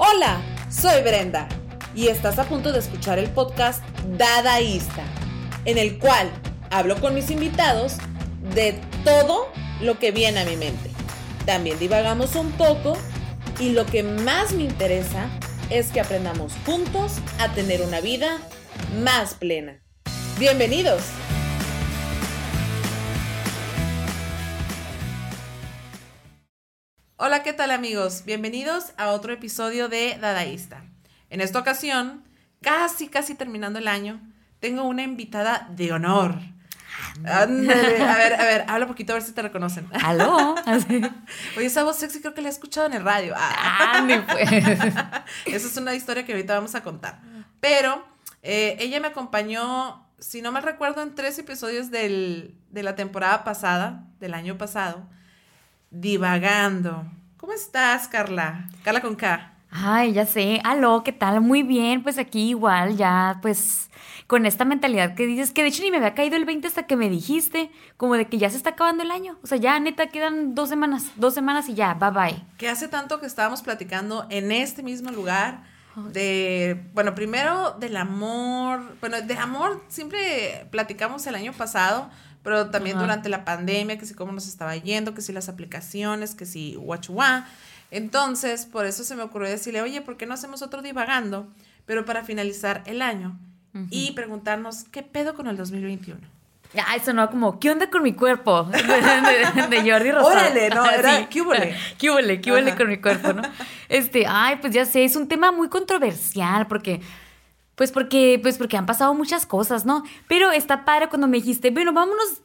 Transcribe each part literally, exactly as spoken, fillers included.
Hola, soy Brenda y estás a punto de escuchar el podcast Dadaísta, en el cual hablo con mis invitados de todo lo que viene a mi mente. También divagamos un poco y lo que más me interesa es que aprendamos juntos a tener una vida más plena. ¡Bienvenidos! Hola, ¿qué tal amigos? Bienvenidos a otro episodio de Dadaísta. En esta ocasión, casi casi terminando el año, tengo una invitada de honor. Ándale, a ver, a ver, habla poquito a ver si te reconocen. ¿Aló? Oye, esa voz sexy creo que la he escuchado en el radio. Ah, ah ni pues. Esa es una historia que ahorita vamos a contar. Pero eh, ella me acompañó, si no mal recuerdo, en tres episodios del, de la temporada pasada, del año pasado, divagando. ¿Cómo estás, Carla? Carla con K. Ay, ya sé. Aló, ¿qué tal? Muy bien, pues aquí igual, ya, pues, con esta mentalidad que dices, que de hecho ni me había caído el veinte hasta que me dijiste, como de que ya se está acabando el año. O sea, ya, neta, quedan dos semanas, dos semanas y ya, bye bye. Que hace tanto que estábamos platicando en este mismo lugar de, bueno, primero del amor, bueno, de amor siempre platicamos el año pasado, pero también Ajá. durante la pandemia, que si cómo nos estaba yendo, que si las aplicaciones, que si guachua. Entonces, por eso se me ocurrió decirle, oye, ¿por qué no hacemos otro divagando? Pero para finalizar el año uh-huh. y preguntarnos, ¿qué pedo con el dos mil veintiuno? Ah, eso no, como, ¿qué onda con mi cuerpo? De, de, de Jordi Rosado. Órale, no, era, sí. ¿qué hubole? ¿Qué hubole? ¿Qué hubole con mi cuerpo, no? Este, ay, pues ya sé, es un tema muy controversial, porque... Pues porque, pues porque han pasado muchas cosas, ¿no? Pero está padre cuando me dijiste, bueno, vámonos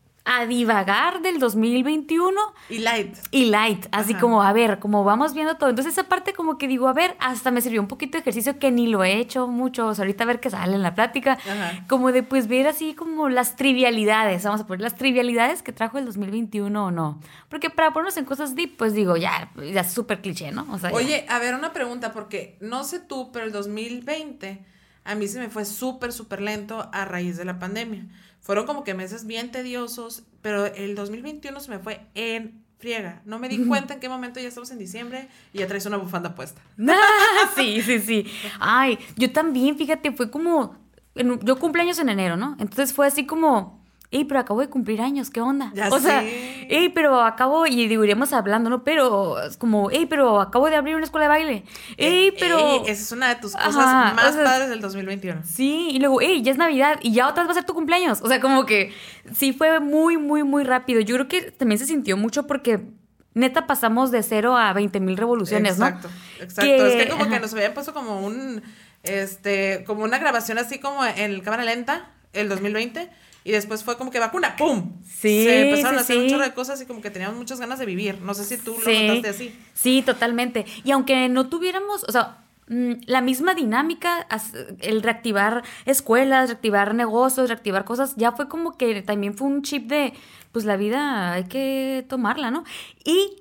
a divagar del dos mil veintiuno. Y light. Y light, así Ajá. como, a ver, como vamos viendo todo. Entonces esa parte como que digo, a ver, hasta me sirvió un poquito de ejercicio que ni lo he hecho mucho. O sea, ahorita a ver qué sale en la plática. Ajá. Como de, pues, ver así como las trivialidades. Vamos a poner las trivialidades que trajo el dos mil veintiuno o no. Porque para ponernos en cosas deep, pues digo, ya, ya es súper cliché, ¿no? O sea, Oye, ya. a ver, una pregunta, porque no sé tú, pero el dos mil veinte... a mí se me fue súper, súper lento a raíz de la pandemia. Fueron como que meses bien tediosos, pero el dos mil veintiuno se me fue en friega. No me di cuenta en qué momento ya estamos en diciembre y ya traes una bufanda puesta. Sí, sí, sí. Ay, yo también, fíjate, fue como... En, yo cumpleaños en enero, ¿no? Entonces fue así como... Ey, pero acabo de cumplir años, ¿qué onda? Ya o sé. sea, ey, pero acabo, y digo, iríamos hablando, ¿no? Pero es como, ey, pero acabo de abrir una escuela de baile. Ey, pero... Ey, esa es una de tus cosas Ajá, más o sea, padres del dos mil veintiuno. Sí, y luego, ey, ya es Navidad, y ya otra vez va a ser tu cumpleaños. O sea, como que sí fue muy, muy, muy rápido. Yo creo que también se sintió mucho porque... Neta, pasamos de cero a veinte mil revoluciones, exacto, ¿no? Exacto, que, exacto. Es que como ajá. que nos habían puesto como un... Este... Como una grabación así como en cámara lenta, el dos mil veinte... Y después fue como que vacuna, ¡pum! Sí, se empezaron sí, a hacer sí. un chorro de cosas y como que teníamos muchas ganas de vivir. No sé si tú sí. lo notaste así. Sí, totalmente. Y aunque no tuviéramos, o sea, la misma dinámica, el reactivar escuelas, reactivar negocios, reactivar cosas, ya fue como que también fue un chip de, pues la vida hay que tomarla, ¿no? Y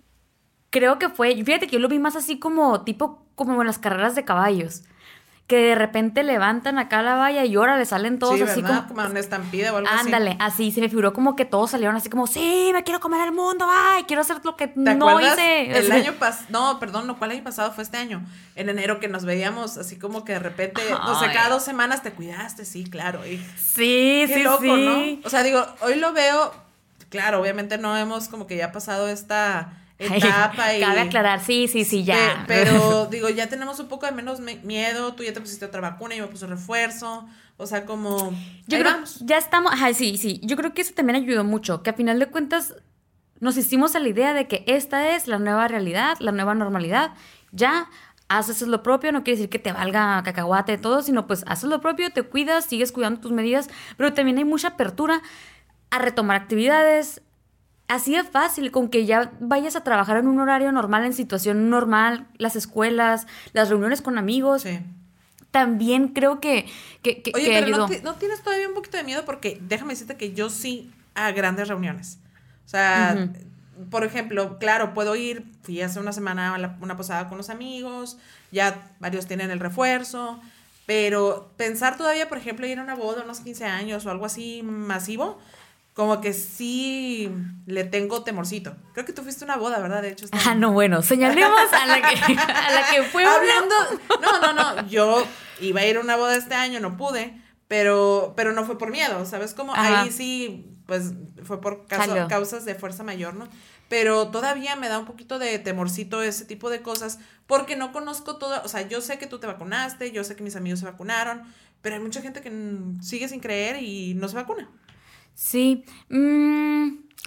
creo que fue, fíjate que yo lo vi más así como tipo, como en las carreras de caballos. Que de repente levantan acá la valla y ahora le salen todos sí, así ¿verdad? como... Como una estampida o algo ándale, así. Ándale, así, se me figuró como que todos salieron así como, sí, me quiero comer el mundo, ay, quiero hacer lo que ¿Te no acuerdas hice. el año pasado? No, perdón, no, ¿cuál año pasado? Fue este año. En enero que nos veíamos así como que de repente, ay. no sé, cada dos semanas te cuidaste, sí, claro. Y sí, qué sí, loco, sí. ¿no? O sea, digo, hoy lo veo, claro, obviamente no hemos como que ya pasado esta... etapa Ay, y... cabe aclarar, sí, sí, sí, ya. Pero, digo, ya tenemos un poco de menos me- miedo, tú ya te pusiste otra vacuna, yo me puse refuerzo, o sea, como... Yo ahí creo, vamos. ya estamos, ajá, sí, sí, yo creo que eso también ayudó mucho, que a final de cuentas nos hicimos a la idea de que esta es la nueva realidad, la nueva normalidad, ya... haces lo propio, no quiere decir que te valga cacahuate todo, sino pues haces lo propio, te cuidas, sigues cuidando tus medidas, pero también hay mucha apertura a retomar actividades. Así de fácil, con que ya vayas a trabajar en un horario normal, en situación normal, las escuelas, las reuniones con amigos. Sí. También creo que, que, que, Oye, que pero ayudó. ¿no, te, ¿no tienes todavía un poquito de miedo? Porque déjame decirte que yo sí a grandes reuniones. O sea, uh-huh. por ejemplo, claro, puedo ir, fui hace una semana a la, una posada con los amigos, ya varios tienen el refuerzo, pero pensar todavía, por ejemplo, ir a una boda, unos quince años o algo así masivo... como que sí le tengo temorcito. Creo que tú fuiste a una boda, ¿verdad? De hecho. Está... Ah, no, bueno, señalemos a la que, a la que fue. Hablando, no, no, no, yo iba a ir a una boda este año, no pude, pero, pero no fue por miedo, ¿sabes cómo? Ajá. Ahí sí, pues fue por caso, causas de fuerza mayor, ¿no? Pero todavía me da un poquito de temorcito ese tipo de cosas, porque no conozco todo, o sea, yo sé que tú te vacunaste, yo sé que mis amigos se vacunaron, pero hay mucha gente que sigue sin creer y no se vacuna. Sí, mm,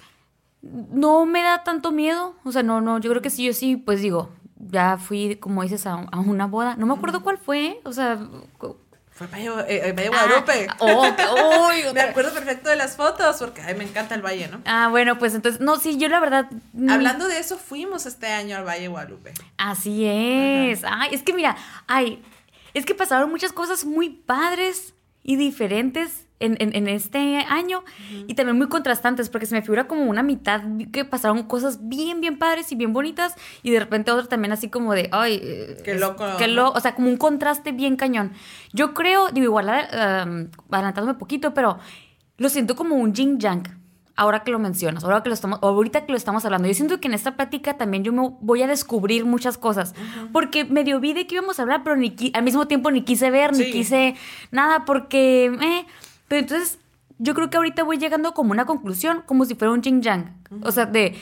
no me da tanto miedo, o sea, no, no, yo creo que sí, yo sí, pues digo, ya fui, como dices, a, a una boda, no me acuerdo cuál fue, o sea... Fue Valle, eh, Valle Guadalupe. Ah, oh, oh, oh, me acuerdo perfecto de las fotos, porque ay, me encanta el valle, ¿no? Ah, bueno, pues entonces, no, sí, yo la verdad... Hablando de eso, fuimos este año al Valle Guadalupe. Así es, ajá. Ay, es que mira, ay, es que pasaron muchas cosas muy padres y diferentes en, en, en este año, uh-huh. Y también muy contrastantes, porque se me figura como una mitad que pasaron cosas bien, bien padres y bien bonitas, y de repente otra también así como de, ay, qué loco, qué lo, o sea, como un contraste bien cañón. Yo creo, digo, igual um, adelantándome poquito, pero lo siento como un yin yang. Ahora que lo mencionas, ahora que lo estamos, ahorita que lo estamos hablando, yo siento que en esta plática también yo me voy a descubrir muchas cosas, uh-huh. Porque medio vi de qué íbamos a hablar, pero ni al mismo tiempo ni quise ver, sí. Ni quise nada, porque, eh, pero entonces yo creo que ahorita voy llegando como una conclusión, como si fuera un yin yang, uh-huh. O sea, de...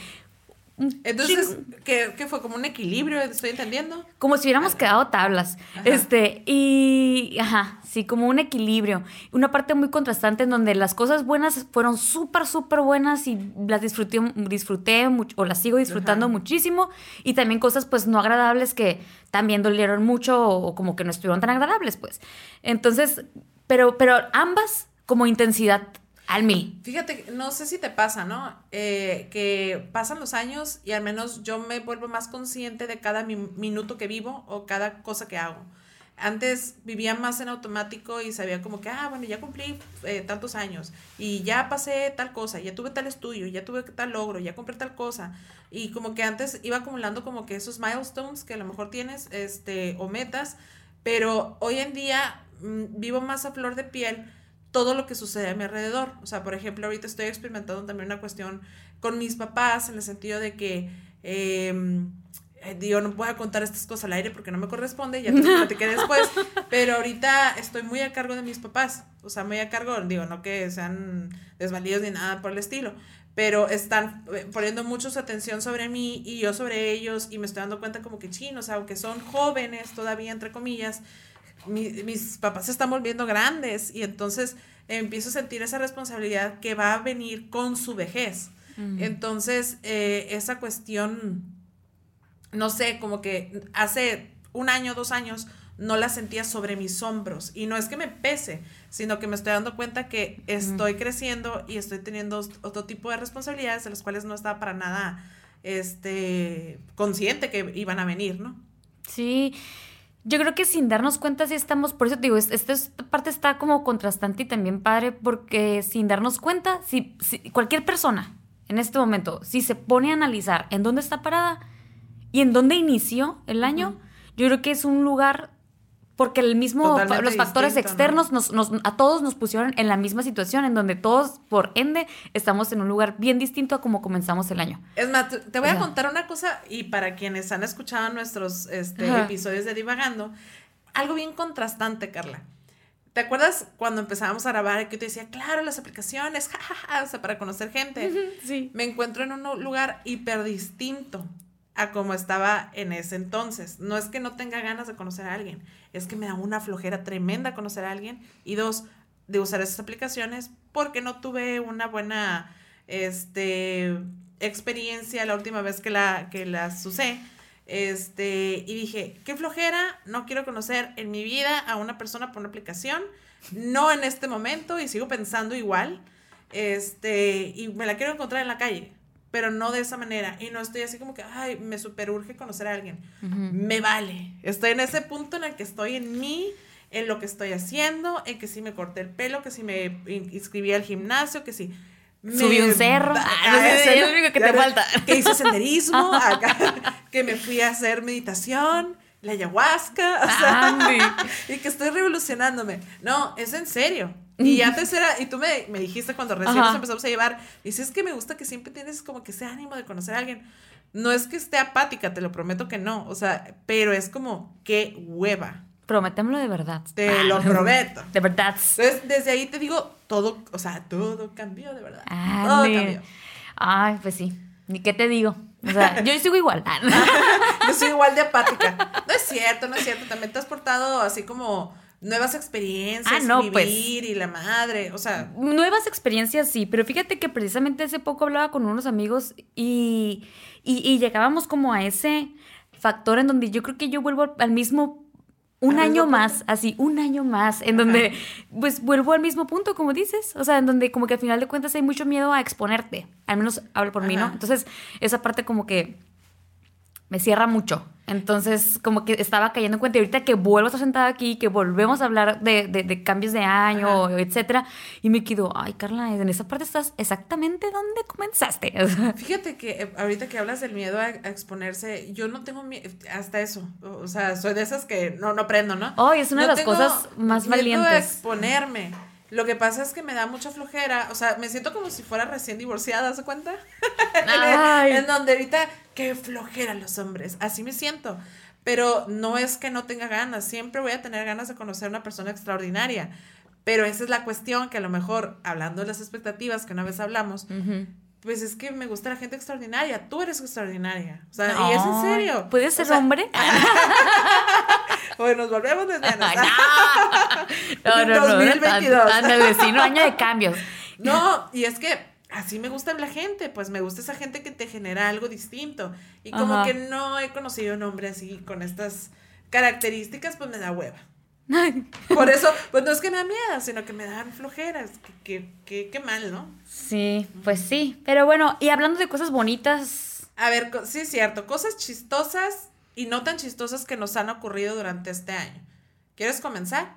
Entonces, ¿qué, ¿qué fue? ¿Como un equilibrio? ¿Estoy entendiendo? Como si hubiéramos quedado tablas. Ajá. Este, y... Ajá, sí, como un equilibrio. Una parte muy contrastante en donde las cosas buenas fueron súper, súper buenas y las disfruté, disfruté mucho, o las sigo disfrutando, ajá. Muchísimo. Y también cosas, pues, no agradables que también dolieron mucho o, o como que no estuvieron tan agradables, pues. Entonces, pero, pero ambas como intensidad al mil. Fíjate, no sé si te pasa, ¿no? Eh, que pasan los años y al menos yo me vuelvo más consciente de cada mi- minuto que vivo o cada cosa que hago. Antes vivía más en automático y sabía como que, ah, bueno, ya cumplí eh, tantos años y ya pasé tal cosa, ya tuve tal estudio, ya tuve tal logro, ya compré tal cosa. Y como que antes iba acumulando como que esos milestones que a lo mejor tienes, este, o metas, pero hoy en día mmm, vivo más a flor de piel todo lo que sucede a mi alrededor. O sea, por ejemplo, ahorita estoy experimentando también una cuestión con mis papás en el sentido de que eh, digo, no voy a contar estas cosas al aire porque no me corresponde, ya te lo platiqué después, pero ahorita estoy muy a cargo de mis papás, o sea, muy a cargo, digo, no que sean desvalidos ni nada por el estilo, pero están poniendo mucho su atención sobre mí y yo sobre ellos, y me estoy dando cuenta como que chinos, o sea, aunque son jóvenes todavía, entre comillas, Mi, mis papás se están volviendo grandes y entonces eh, empiezo a sentir esa responsabilidad que va a venir con su vejez. Uh-huh. Entonces, eh, esa cuestión, no sé, como que hace un año, dos años, no la sentía sobre mis hombros. Y no es que me pese, sino que me estoy dando cuenta que estoy uh-huh. creciendo y estoy teniendo otro tipo de responsabilidades de las cuales no estaba para nada este, consciente que iban a venir, ¿no? Sí. Yo creo que sin darnos cuenta sí estamos, por eso te digo, esta, esta parte está como contrastante y también padre, porque sin darnos cuenta, si, si cualquier persona en este momento, si se pone a analizar en dónde está parada y en dónde inició el año, uh-huh. Yo creo que es un lugar, porque el mismo, los factores externos, ¿no? nos, nos, a todos nos pusieron en la misma situación, en donde todos, por ende, estamos en un lugar bien distinto a como comenzamos el año. Es más, te voy a contar una cosa, y para quienes han escuchado nuestros este, episodios de Divagando, algo bien contrastante, Carla. ¿Te acuerdas cuando empezábamos a grabar que yo te decía, claro, las aplicaciones, jajaja, o sea, para conocer gente? Sí. Me encuentro en un lugar hiper distinto a como estaba en ese entonces. No es que no tenga ganas de conocer a alguien, es que me da una flojera tremenda conocer a alguien, y dos, de usar esas aplicaciones porque no tuve una buena este, experiencia la última vez que, la, que las usé. Este, y dije, qué flojera, no quiero conocer en mi vida a una persona por una aplicación, no en este momento, y sigo pensando igual, este, y me la quiero encontrar en la calle, pero no de esa manera, y no estoy así como que, ay, me super urge conocer a alguien. Uh-huh. Me vale, estoy en ese punto en el que estoy en mí, en lo que estoy haciendo, en que si me corté el pelo, que si me inscribí al gimnasio, que si me subí un cerro, ah, no sé, es lo único que te falta, que hice senderismo, acá, que me fui a hacer meditación, la ayahuasca, o sea, y que estoy revolucionándome. No, es en serio. Y antes era, y tú me, me dijiste cuando recién Ajá. nos empezamos a llevar, dices que me gusta que siempre tienes como que ese ánimo de conocer a alguien. No es que esté apática, te lo prometo que no, o sea, pero es como, qué hueva. Prométemelo de verdad. Te lo prometo. De verdad. Entonces, desde ahí te digo, todo, o sea, todo cambió de verdad. Ah, todo ne- cambió. Ay, pues sí. Ni qué te digo. O sea, yo sigo igual. Yo soy igual de apática. No es cierto, no es cierto. También te has portado así como nuevas experiencias, Ah, no, vivir pues. y la madre, o sea, Nuevas experiencias, sí, pero fíjate que precisamente hace poco hablaba con unos amigos y, y, y llegábamos como a ese factor en donde yo creo que yo vuelvo al mismo, un ¿Al año mismo más, punto? así, un año más, en donde pues vuelvo al mismo punto, como dices, o sea, en donde como que al final de cuentas hay mucho miedo a exponerte, al menos hablo por mí, ¿no? Ajá. Entonces, esa parte como que me cierra mucho. Entonces, como que estaba cayendo en cuenta. Y ahorita que vuelvo a estar sentada aquí, que volvemos a hablar de, de, de cambios de año, Ajá. etcétera, y me quedo, ay, Carla, en esa parte estás exactamente donde comenzaste. O sea, fíjate que eh, ahorita que hablas del miedo a, a exponerse, yo no tengo miedo, hasta eso, o, o sea, soy de esas que no, no prendo, ¿no? Ay, es una No de las tengo cosas más miedo a valientes. exponerme. Lo que pasa es que me da mucha flojera, o sea, me siento como si fuera recién divorciada, ¿se cuenta? Ay. En donde ahorita, qué flojera los hombres, así me siento. Pero no es que no tenga ganas, siempre voy a tener ganas de conocer a una persona extraordinaria. Pero esa es la cuestión, que a lo mejor, hablando de las expectativas que una vez hablamos, Ujú. pues es que me gusta la gente extraordinaria, tú eres extraordinaria. O sea, y es en Ay, serio. ¿puedes O ser sea, hombre? Bueno, nos volvemos lesbianas. Ay, no, no, no, no, dos mil veintidós. ándale, sí, no, año de cambios. No, y es que así me gusta la gente, pues me gusta esa gente que te genera algo distinto. Y como Ajá. que no he conocido un hombre así con estas características, pues me da hueva. Por eso, pues no es que me da miedo, sino que me dan flojeras. Qué que, que, que mal, ¿no? Sí, pues sí. Pero bueno, y hablando de cosas bonitas, A ver, co- sí es cierto, cosas chistosas y no tan chistosas que nos han ocurrido durante este año. ¿Quieres comenzar?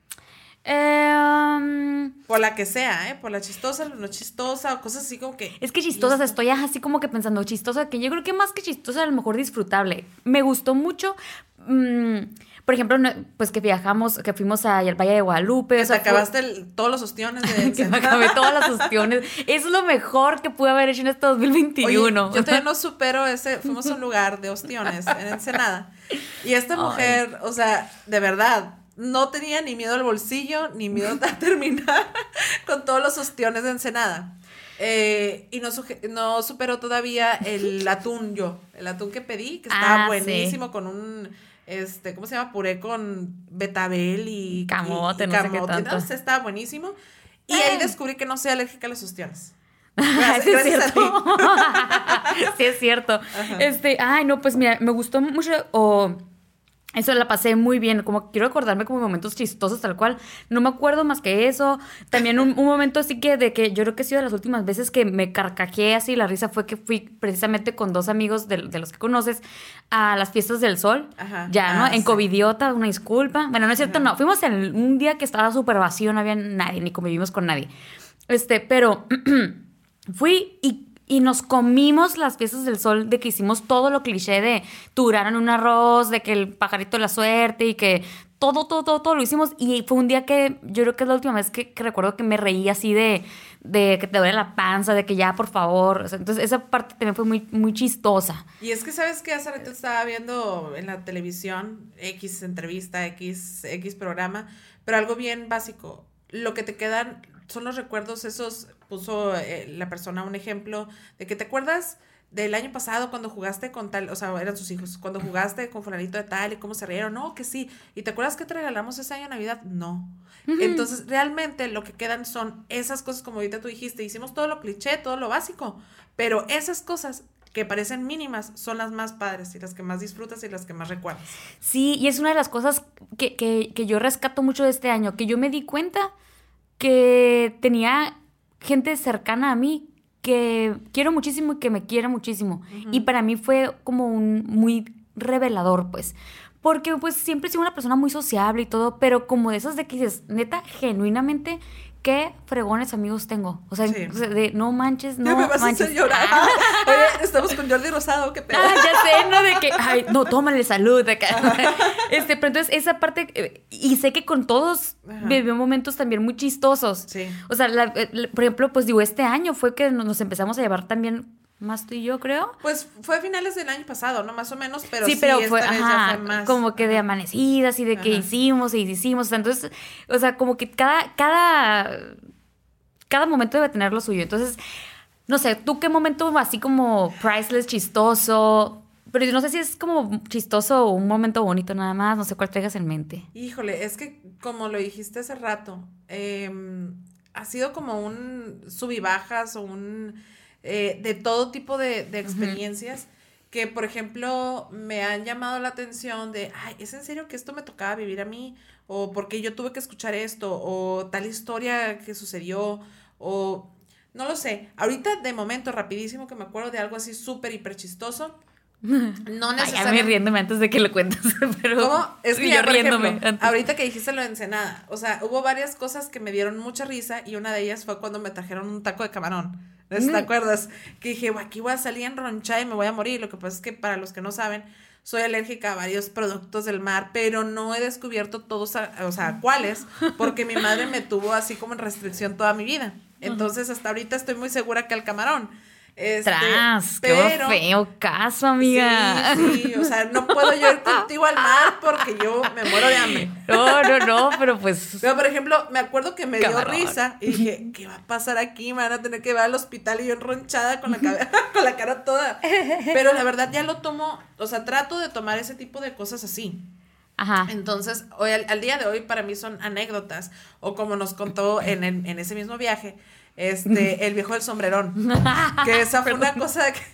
eh, um, Por la que sea, ¿eh? Por la chistosa, la no chistosa, o cosas así como que... es que chistosas, estoy así como que pensando, chistosa, que yo creo que más que chistosa, a lo mejor disfrutable. Me gustó mucho, mm, por ejemplo, no- pues que viajamos, que fuimos a- al Valle de Guadalupe. Que o sea, te fue- acabaste el- todos los ostiones de que me Ensenada. acabé todas las opciones. Es lo mejor que pude haber hecho en este dos mil veintiuno. Oye, yo todavía no supero ese, fuimos a un lugar de ostiones en Ensenada. Y esta Ay. mujer, o sea, de verdad, no tenía ni miedo al bolsillo, ni miedo a terminar con todos los ostiones de Ensenada. Eh, y no, suje- no superó todavía el atún yo, el atún que pedí, que estaba Ah, buenísimo sí. con un, este, ¿cómo se llama? Puré con betabel y Camote, y- y no sé qué camote, tanto. ¿no? O sea, estaba buenísimo. Y Eh. ahí descubrí que no soy alérgica a los ostiones. Sí, Gracias, es gracias a ti. cierto. Sí, es cierto. Este, ay, no, pues mira, me gustó mucho, o eso la pasé muy bien, como quiero acordarme como momentos chistosos tal cual, no me acuerdo más que eso. También un, un momento así que de que yo creo que ha sido de las últimas veces que me carcajeé así, la risa fue que fui precisamente con dos amigos de, de los que conoces a las fiestas del sol, Ajá. ya, ¿no? Ah, En sí. Covidiota, una disculpa. Bueno, no es cierto, no, fuimos en un día que estaba súper vacío, no había nadie, ni convivimos con nadie. Este, pero fui y, y nos comimos las fiestas del sol, de que hicimos todo lo cliché de turaron un arroz, de que el pajarito de la suerte y que todo, todo, todo, todo lo hicimos. Y fue un día que yo creo que es la última vez que, que recuerdo que me reí así de, de que te duele la panza, de que ya, por favor. O sea, entonces esa parte también fue muy, muy chistosa. Y es que, ¿sabes qué? Hace rato estaba viendo en la televisión X entrevista, X, X programa, pero algo bien básico. Lo que te quedan son los recuerdos esos, puso eh, la persona un ejemplo de que te acuerdas del año pasado cuando jugaste con tal, o sea, eran sus hijos, cuando jugaste con fulanito de tal y cómo se rieron, no, que sí, y te acuerdas que te regalamos ese año de Navidad, no. Entonces, realmente lo que quedan son esas cosas, como ahorita tú dijiste, hicimos todo lo cliché, todo lo básico, pero esas cosas que parecen mínimas son las más padres y las que más disfrutas y las que más recuerdas. Sí, y es una de las cosas que, que, que yo rescato mucho de este año, que yo me di cuenta que tenía gente cercana a mí que quiero muchísimo y que me quiere muchísimo. Uh-huh. Y para mí fue como un muy revelador, pues. Porque pues siempre he sido una persona muy sociable y todo, pero como de esas de que dices, neta, genuinamente qué fregones amigos tengo. O sea, Sí. de no manches, no Ya me vas manches. a hacer llorar. Ah. Oye, estamos con Jordi Rosado, qué pedo. Ah, ya sé, ¿no? De que, ay, no, tómale salud acá. Este, pero entonces esa parte, eh, y sé que con todos Ajá. vivió momentos también muy chistosos. Sí. O sea, la- la- por ejemplo, pues digo, este año fue que nos, nos empezamos a llevar también más tú y yo, creo. Pues fue a finales del año pasado, ¿no? Más o menos, pero sí, sí, pero esta fue, vez ajá, ya fue más. como que de Ajá. amanecidas y de que Ajá. hicimos y hicimos. O sea, entonces, o sea, como que cada, cada, cada momento debe tener lo suyo. Entonces, no sé, ¿tú qué momento así como priceless, chistoso? Pero yo no sé si es como chistoso o un momento bonito nada más, no sé cuál traigas en mente. Híjole, es que como lo dijiste hace rato, eh, ha sido como un sub y bajas o un eh, de todo tipo de, de experiencias uh-huh. que, por ejemplo, me han llamado la atención de, ay, ¿es en serio que esto me tocaba vivir a mí? O porque yo tuve que escuchar esto, o tal historia que sucedió, o no lo sé. Ahorita, de momento, rapidísimo, que me acuerdo de algo así súper, hiper chistoso. No necesariamente. Ay, ya me riéndome antes de que lo cuentes, pero ¿Cómo? Es que yo ya, por riéndome ejemplo, antes. ahorita que dijiste lo de Ensenada, o sea, hubo varias cosas que me dieron mucha risa y una de ellas fue cuando me trajeron un taco de camarón. ¿No te acuerdas? Que dije, aquí voy a salir enronchada y me voy a morir. Lo que pasa es que para los que no saben, soy alérgica a varios productos del mar, pero no he descubierto todos, a, o sea, cuáles, porque mi madre me tuvo así como en restricción toda mi vida. Entonces, hasta ahorita estoy muy segura que al camarón. Este, Tras, pero, qué feo caso, amiga. Sí, sí, o sea, no puedo yo ir contigo al mar porque yo me muero de hambre. No, no, no, pero pues... Pero, por ejemplo, me acuerdo que me Camarón. dio risa y dije, ¿qué va a pasar aquí? Me van a tener que llevar al hospital y yo enronchada con la, cabeza, con la cara toda. Pero la verdad ya lo tomo, o sea, trato de tomar ese tipo de cosas así. Ajá. Entonces, hoy, al, al día de hoy para mí son anécdotas, o como nos contó en, el, en ese mismo viaje, este, el viejo del sombrerón, que esa fue una cosa que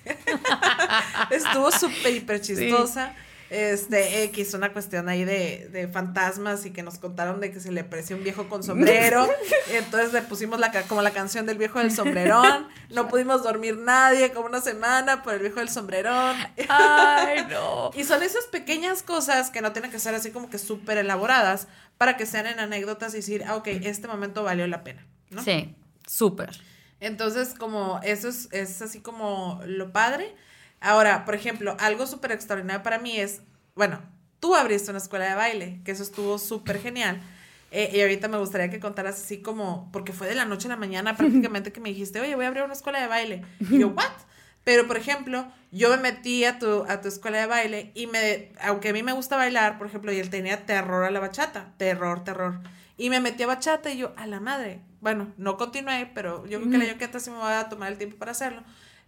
estuvo súper hiper chistosa. Sí. Este, X, una cuestión ahí de, de fantasmas y que nos contaron de que se le apareció un viejo con sombrero. Entonces le pusimos la, como la canción del viejo del sombrerón. No pudimos dormir nadie como una semana por el viejo del sombrerón. Ay, no. Y son esas pequeñas cosas que no tienen que ser así como que súper elaboradas para que sean en anécdotas y decir, ah, ok, este momento valió la pena, ¿no? Sí, súper. Entonces, como eso es, es así como lo padre. Ahora, por ejemplo, algo súper extraordinario para mí es, bueno, tú abriste una escuela de baile, que eso estuvo súper genial. Eh, y ahorita me gustaría que contaras así como, porque fue de la noche a la mañana prácticamente que me dijiste, oye, voy a abrir una escuela de baile. Y yo, ¿what? Pero, por ejemplo, yo me metí a tu, a tu escuela de baile y me, aunque a mí me gusta bailar, por ejemplo, y él tenía terror a la bachata, terror, terror. Y me metí a bachata y yo, a la madre, bueno, no continué, pero yo creo que el año que entra sí me voy a tomar el tiempo para hacerlo.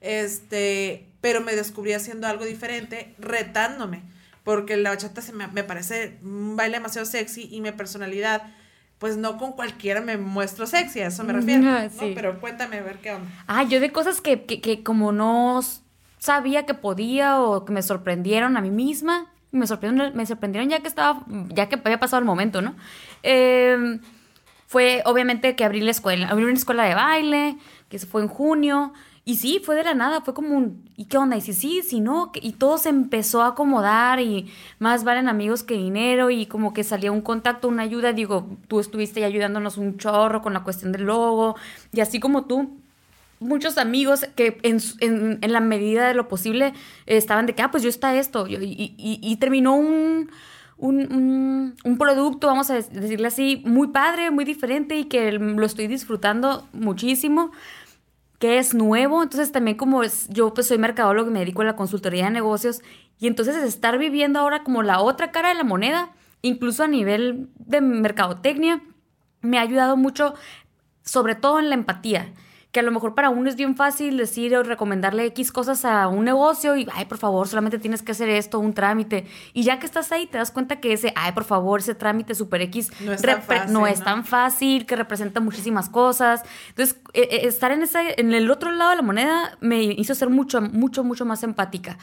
Este, pero me descubrí haciendo algo diferente, retándome, porque la bachata se me, me parece un baile demasiado sexy y mi personalidad, pues no con cualquiera me muestro sexy, a eso me refiero, ¿no? Sí. Pero cuéntame, a ver qué onda. Ah, yo de cosas que, que, que como no sabía que podía o que me sorprendieron a mí misma, me sorprendieron, me sorprendieron ya que estaba, ya que había pasado el momento, ¿no? Eh, fue obviamente que abrí la escuela, abrí una escuela de baile, que se fue en junio. Y sí, fue de la nada, fue como un, ¿y qué onda? Y si sí, si no, y todo se empezó a acomodar y más valen amigos que dinero y como que salía un contacto, una ayuda, digo, tú estuviste ayudándonos un chorro con la cuestión del logo y así como tú, muchos amigos que en, en, en la medida de lo posible eh, estaban de que, ah, pues yo está esto, y, y, y, y terminó un... Un, un, un producto, vamos a decirle así, muy padre, muy diferente y que lo estoy disfrutando muchísimo, que es nuevo. Entonces también como es, yo pues soy mercadólogo y me dedico a la consultoría de negocios y entonces estar viviendo ahora como la otra cara de la moneda, incluso a nivel de mercadotecnia, me ha ayudado mucho, sobre todo en la empatía, que a lo mejor para uno es bien fácil decir o recomendarle X cosas a un negocio y, ay, por favor, solamente tienes que hacer esto, un trámite. Y ya que estás ahí, te das cuenta que ese, ay, por favor, ese trámite super X no es tan fácil, no ¿no? es tan fácil, que representa muchísimas cosas. Entonces, eh, estar en, esa, en el otro lado de la moneda me hizo ser mucho, mucho, mucho más empática.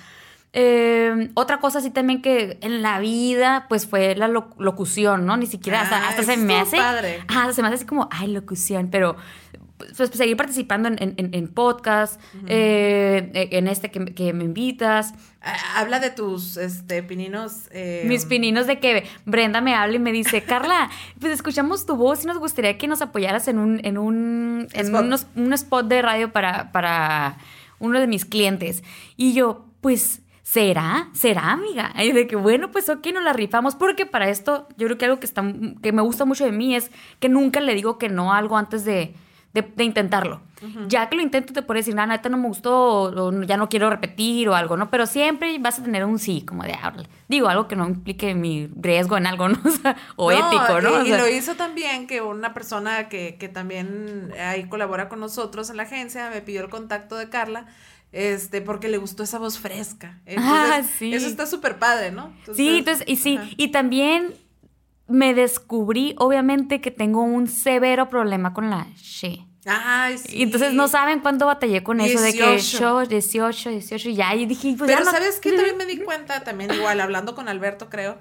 Eh, otra cosa así también que en la vida, pues fue la locución, ¿no? Ni siquiera, hasta, ah, hasta se me hace... padre. Ah, se me hace así como, ay, locución, pero... pues, seguir participando en, en, en podcast, uh-huh. eh, en este que, que me invitas. Habla de tus este, pininos. Eh... Mis pininos de que Brenda me habla y me dice, Carla, pues escuchamos tu voz y nos gustaría que nos apoyaras en un, en un, en spot. Unos, un spot de radio para, para uno de mis clientes. Y yo, pues... ¿Será? ¿Será, amiga? Y de que, bueno, pues ok, nos la rifamos. Porque para esto, yo creo que algo que, está, que me gusta mucho de mí es que nunca le digo que no a algo antes de, de, de intentarlo. Uh-huh. Ya que lo intento, te puedes decir, nada, neta no me gustó, o, o ya no quiero repetir o algo, ¿no? Pero siempre vas a tener un sí, como de, ah, digo, algo que no implique mi riesgo en algo, ¿no? O, sea, o no, ético, ¿no? Y, o sea, y lo hizo también que una persona que, que también ahí colabora con nosotros en la agencia me pidió el contacto de Carla. Este, porque le gustó esa voz fresca. Entonces, ah, sí. Eso está súper padre, ¿no? Entonces, sí, entonces, y sí, ajá. Y también me descubrí, obviamente, que tengo un severo problema con la she. Ay, sí. Y entonces no saben cuánto batallé con eso dieciocho. De que yo, dieciocho, dieciocho, y ya, y dije, pues pero ya no. ¿sabes qué? También me di cuenta, también igual, hablando con Alberto, creo,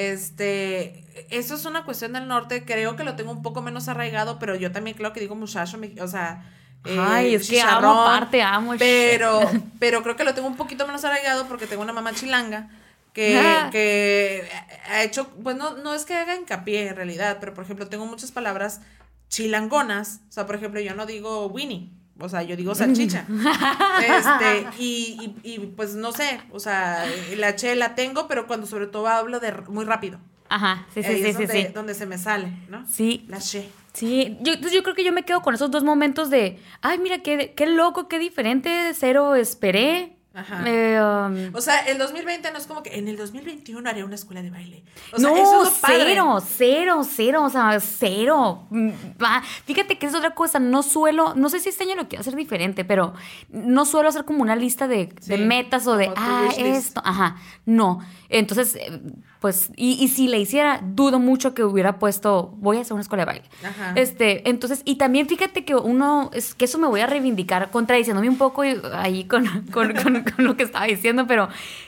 este, eso es una cuestión del norte, creo que lo tengo un poco menos arraigado, pero yo también creo que digo muchacho, o sea... Ay, eh, es que amo, aparte, amo. Pero, pero creo que lo tengo un poquito menos arraigado porque tengo una mamá chilanga que, ah. que ha hecho, pues no, no es que haga hincapié en realidad, pero por ejemplo tengo muchas palabras chilangonas, o sea, por ejemplo, yo no digo Winnie, o sea, yo digo salchicha, este, y, y, y pues no sé, o sea, la che la tengo, pero cuando sobre todo hablo de muy rápido. Ajá, sí, sí, eh, sí, es sí, donde, sí. donde se me sale, ¿no? Sí. La che. Sí, yo, yo creo que yo me quedo con esos dos momentos de, ay, mira, qué, qué loco, qué diferente, cero esperé. Ajá. Eh, um, o sea, el dos mil veinte no es como que en el dos mil veintiuno haré una escuela de baile. O sea, no, eso es lo padre. cero, cero, cero, o sea, cero. Fíjate que es otra cosa, no suelo, no sé si este año lo quiero hacer diferente, pero no suelo hacer como una lista de, sí, de metas o de, ah, esto, ajá, no. Entonces, pues, y, y si le hiciera, dudo mucho que hubiera puesto, voy a hacer una escuela de baile. Ajá. Este, entonces, y también fíjate que uno, es que eso me voy a reivindicar, contradiciéndome un poco ahí con, con, con, con lo que estaba diciendo, pero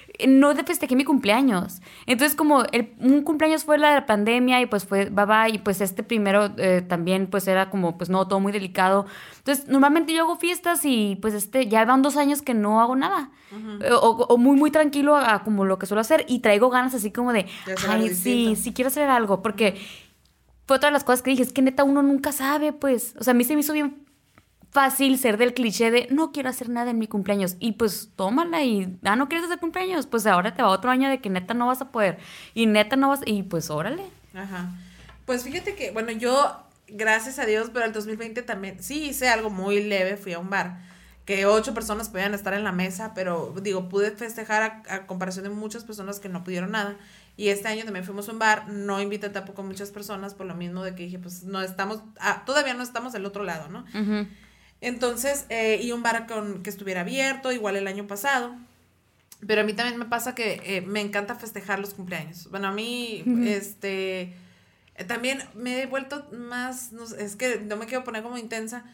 no festejé mi cumpleaños. Entonces, como el, un cumpleaños fue la de la pandemia y pues fue bye bye, y pues este primero eh, también pues era como, pues no, todo muy delicado. Entonces, normalmente yo hago fiestas y pues este, ya van dos años que no hago nada. Uh-huh. O, o muy, muy tranquilo a, a como lo que suelo hacer y traigo ganas así como de, ay, sí, sí quiero hacer algo, porque fue otra de las cosas que dije, es que neta uno nunca sabe, pues, o sea, a mí se me hizo bien fácil ser del cliché de no quiero hacer nada en mi cumpleaños y pues tómala y ah, no quieres hacer cumpleaños, pues ahora te va otro año de que neta no vas a poder y neta no vas y pues órale. Ajá. Pues fíjate que, bueno, yo gracias a Dios, pero el dos mil veinte también sí hice algo muy leve, fui a un bar que ocho personas podían estar en la mesa, pero digo, pude festejar a, a comparación de muchas personas que no pudieron nada. Y este año también fuimos a un bar, no invité tampoco a muchas personas por lo mismo de que dije, pues no estamos, ah, todavía no estamos del otro lado, ¿no? Uh-huh. Entonces, eh, y un bar con, que estuviera abierto, igual el año pasado. Pero a mí también me pasa que eh, me encanta festejar los cumpleaños. Bueno, a mí, uh-huh. este, eh, también me he vuelto más, no sé, es que no me quiero poner como intensa,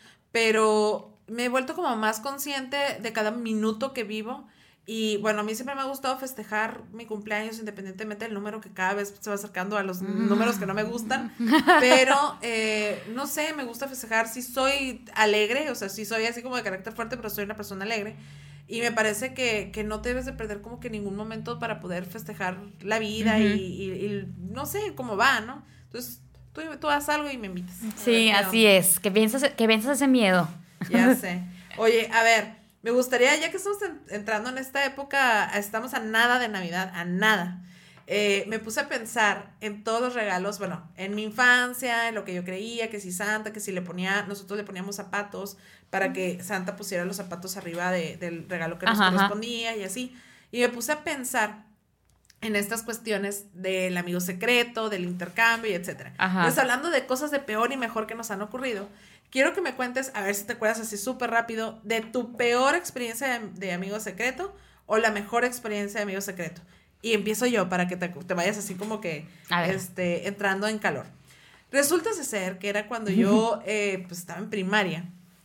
pero me he vuelto como más consciente de cada minuto que vivo. Y bueno, a mí siempre me ha gustado festejar mi cumpleaños independientemente del número que cada vez se va acercando a los números que no me gustan. Pero, eh, no sé, me gusta festejar. Sí soy alegre, o sea, sí soy así como de carácter fuerte, pero soy una persona alegre. Y me parece que, que no debes de perder como que ningún momento para poder festejar la vida uh-huh. y, y, y no sé cómo va, ¿no? Entonces, tú, tú haz algo y me invitas. Sí, ver, así es. Que piensas, que piensas ese miedo. Ya sé. Oye, a ver. Me gustaría, ya que estamos en, entrando en esta época, estamos a nada de Navidad, a nada. Eh, me puse a pensar en todos los regalos, bueno, en mi infancia, en lo que yo creía, que si Santa, que si le ponía, nosotros le poníamos zapatos para que Santa pusiera los zapatos arriba de, del regalo que nos ajá, correspondía y así. Y me puse a pensar en estas cuestiones del amigo secreto, del intercambio y etcétera. Ajá. Entonces, hablando de cosas de peor y mejor que nos han ocurrido, quiero que me cuentes, a ver si te acuerdas así súper rápido, de tu peor experiencia de, de amigo secreto o la mejor experiencia de amigo secreto. Y empiezo yo para que te, te vayas así como que este, entrando en calor. Resulta ser que era cuando yo eh, pues estaba en primaria.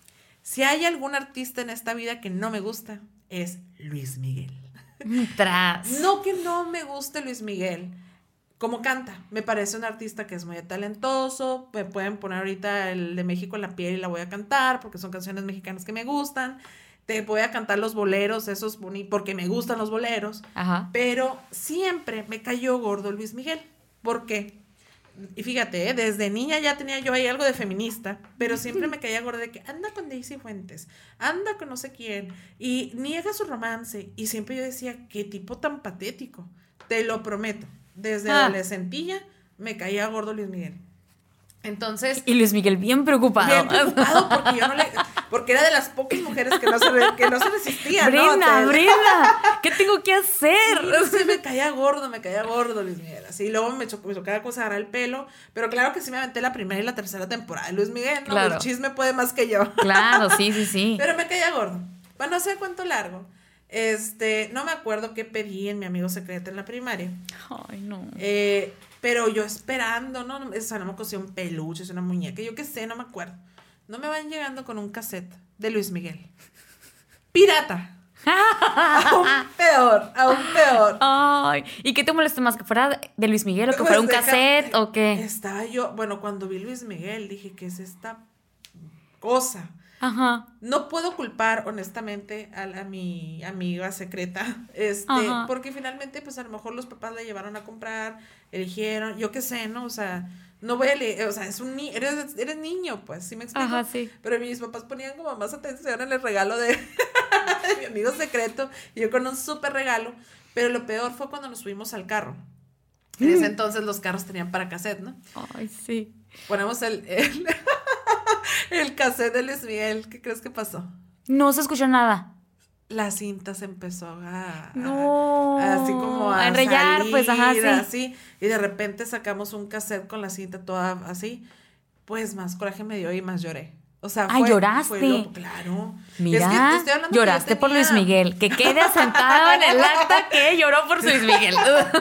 Si hay algún artista en esta vida que no me gusta, es Luis Miguel. Tras. No que no me guste Luis Miguel. cómo canta. Me parece un artista que es muy talentoso. Me pueden poner ahorita el de México en la piel y la voy a cantar porque son canciones mexicanas que me gustan. Te voy a cantar los boleros, esos bonitos, porque me gustan los boleros. Ajá. Pero siempre me cayó gordo Luis Miguel. ¿Por qué? Y fíjate, ¿eh? Desde niña ya tenía yo ahí algo de feminista, pero siempre me caía gorda de que anda con Daisy Fuentes, anda con no sé quién, y niega su romance. Y siempre yo decía, qué tipo tan patético. Te lo prometo. Desde ah. adolescentilla me caía gordo Luis Miguel. Entonces... Y Luis Miguel bien preocupado. Bien preocupado porque yo no le... Porque era de las pocas mujeres que no se, que no se resistían, Brenda, ¿no? Brenda, ¿qué tengo que hacer? Sí, sí, me caía gordo, me caía gordo Luis Miguel. Así, luego me, cho- me chocaba cosa agarrar el pelo. Pero claro que sí me aventé la primera y la tercera temporada de Luis Miguel, ¿no? Claro. El chisme puede más que yo. Claro, sí, sí, sí. Pero me caía gordo. Para no hacer cuento largo, este, no me acuerdo qué pedí en mi amigo secreto en la primaria. Ay, no. Eh, pero yo esperando, ¿no? O sea, no me cosía un peluche, es una muñeca, yo qué sé, no me acuerdo. No me van llegando con un cassette de Luis Miguel. Pirata. Aún peor, aún peor. Ay, ¿y qué te molesta más? ¿Que fuera de Luis Miguel o que Pues fuera un deja- cassette o qué? Estaba yo, bueno, cuando vi Luis Miguel dije, ¿qué es esta cosa? Ajá. No puedo culpar honestamente a, la- a mi amiga secreta, este, Ajá. porque finalmente pues a lo mejor los papás la llevaron a comprar, eligieron, yo qué sé, ¿no? O sea, no voy a leer, o sea, es un ni eres, eres niño, pues, ¿sí me explico? Ajá, sí. Pero mis papás ponían como más atención en el regalo de, de mi amigo secreto, y yo con un súper regalo, pero lo peor fue cuando nos subimos al carro. En ese entonces los carros tenían para cassette, ¿no? Ay, sí. Ponemos el, el, el cassette de Luis Miguel, ¿qué crees que pasó? No se escuchó nada. La cinta se empezó a, No. a- así como a, A enrollar, salir, pues, ajá, sí. así, y de repente sacamos un cassette con la cinta toda así, pues más coraje me dio y más lloré. O sea, Ah, fue, ¿lloraste? fue lo- claro. Mira, Es que te estoy hablando que yo lloraste por Luis tenía- Miguel. Que quede asentado en el acta que lloró por Luis Miguel.